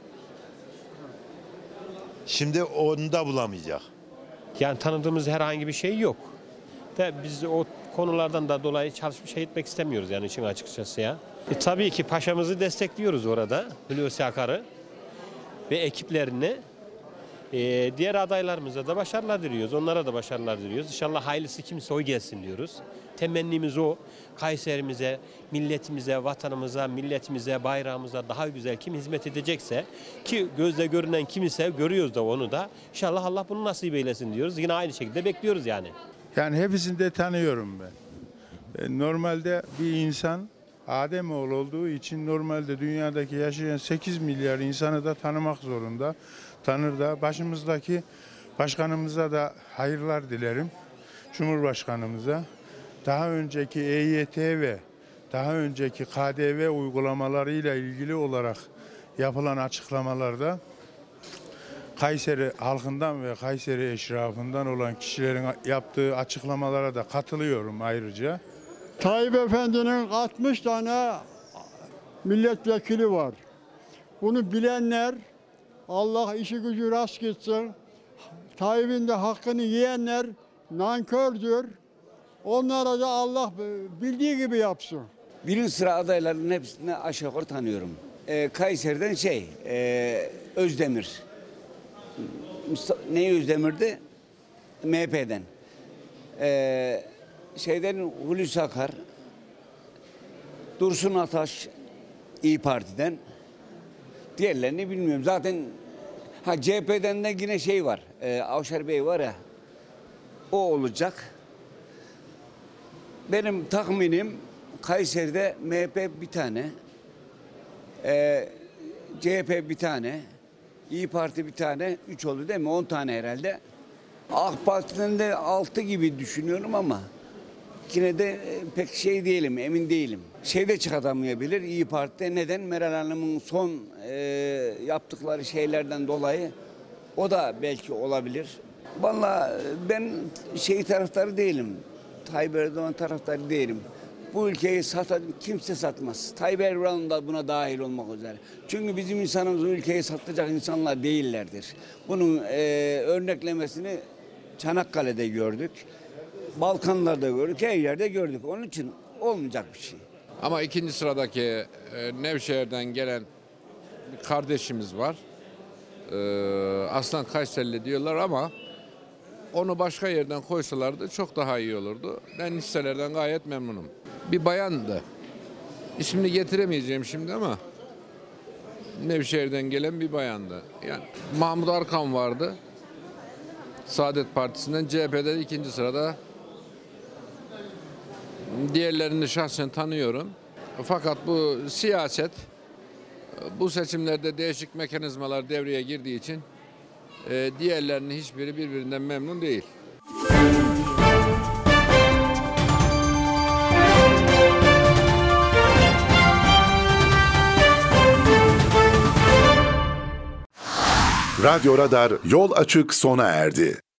Speaker 13: Şimdi onu da bulamayacak.
Speaker 14: Yani tanıdığımız herhangi bir şey yok. De biz o konulardan da dolayı çalışmış şey etmek istemiyoruz yani işin açıkçası ya. Tabii ki paşamızı destekliyoruz orada, Hulusi Akar'ı ve ekiplerini. Diğer adaylarımıza da başarılar diliyoruz. Onlara da başarılar diliyoruz. İnşallah hayırlısı kimse oy gelsin diyoruz. Temennimiz o. Kayserimize, milletimize, vatanımıza, milletimize, bayrağımıza daha güzel kim hizmet edecekse, ki gözle görünen kim ise görüyoruz da onu da. İnşallah Allah bunu nasip eylesin diyoruz. Yine aynı şekilde bekliyoruz yani.
Speaker 7: Yani hepsini de tanıyorum ben. Normalde bir insan Ademoğlu olduğu için normalde dünyadaki yaşayan 8 milyar insanı da tanımak zorunda. Tanır da başımızdaki başkanımıza da hayırlar dilerim. Cumhurbaşkanımıza. Daha önceki EYT ve daha önceki KDV uygulamalarıyla ilgili olarak yapılan açıklamalarda Kayseri halkından ve Kayseri eşrafından olan kişilerin yaptığı açıklamalara da katılıyorum ayrıca.
Speaker 10: Tayyip Efendi'nin 60 tane milletvekili var. Bunu bilenler, Allah işi gücü rast gitsin. Tayyip'in de hakkını yiyenler nankördür. Onlara da Allah bildiği gibi yapsın.
Speaker 6: Birinci sıra adaylarının hepsini aşağı yukarı tanıyorum. Kayseri'den Özdemir. Neyi Özdemir'di? MHP'den. Hulusi Akar, Dursun Ataş İyi Parti'den. Diğerlerini bilmiyorum. Zaten Ha CHP'den de yine şey var. Avşar Bey var ya. O olacak. Benim tahminim Kayseri'de MHP bir tane. CHP bir tane. İyi Parti bir tane. 3 oldu değil mi? 10 tane herhalde. AK Parti'nin de 6 gibi düşünüyorum ama yine de pek şey değilim, emin değilim. Şeyde çıkartamayabilir İyi Parti'de. Neden? Meral Hanım'ın son yaptıkları şeylerden dolayı o da belki olabilir. Vallahi ben taraftarı değilim. Tayyip Erdoğan taraftarı değilim. Bu ülkeyi kimse satmaz. Tayyip Erdoğan da buna dahil olmak üzere. Çünkü bizim insanımız ülkeyi satacak insanlar değillerdir. Bunun örneklemesini Çanakkale'de gördük. Balkanlarda gördük, her yerde gördük. Onun için olmayacak bir şey.
Speaker 5: Ama ikinci sıradaki Nevşehir'den gelen bir kardeşimiz var. Aslan Kayserili diyorlar ama onu başka yerden koysalardı çok daha iyi olurdu. Ben listelerden gayet memnunum. Bir bayandı. İsmini getiremeyeceğim şimdi ama Nevşehir'den gelen bir bayandı. Yani Mahmut Arkan vardı. Saadet Partisi'nden, CHP'de ikinci sırada. Diğerlerini şahsen tanıyorum. Fakat bu siyaset, bu seçimlerde değişik mekanizmalar devreye girdiği için diğerlerinin hiçbiri birbirinden memnun değil.
Speaker 2: Radyo Radar yol açık sona erdi.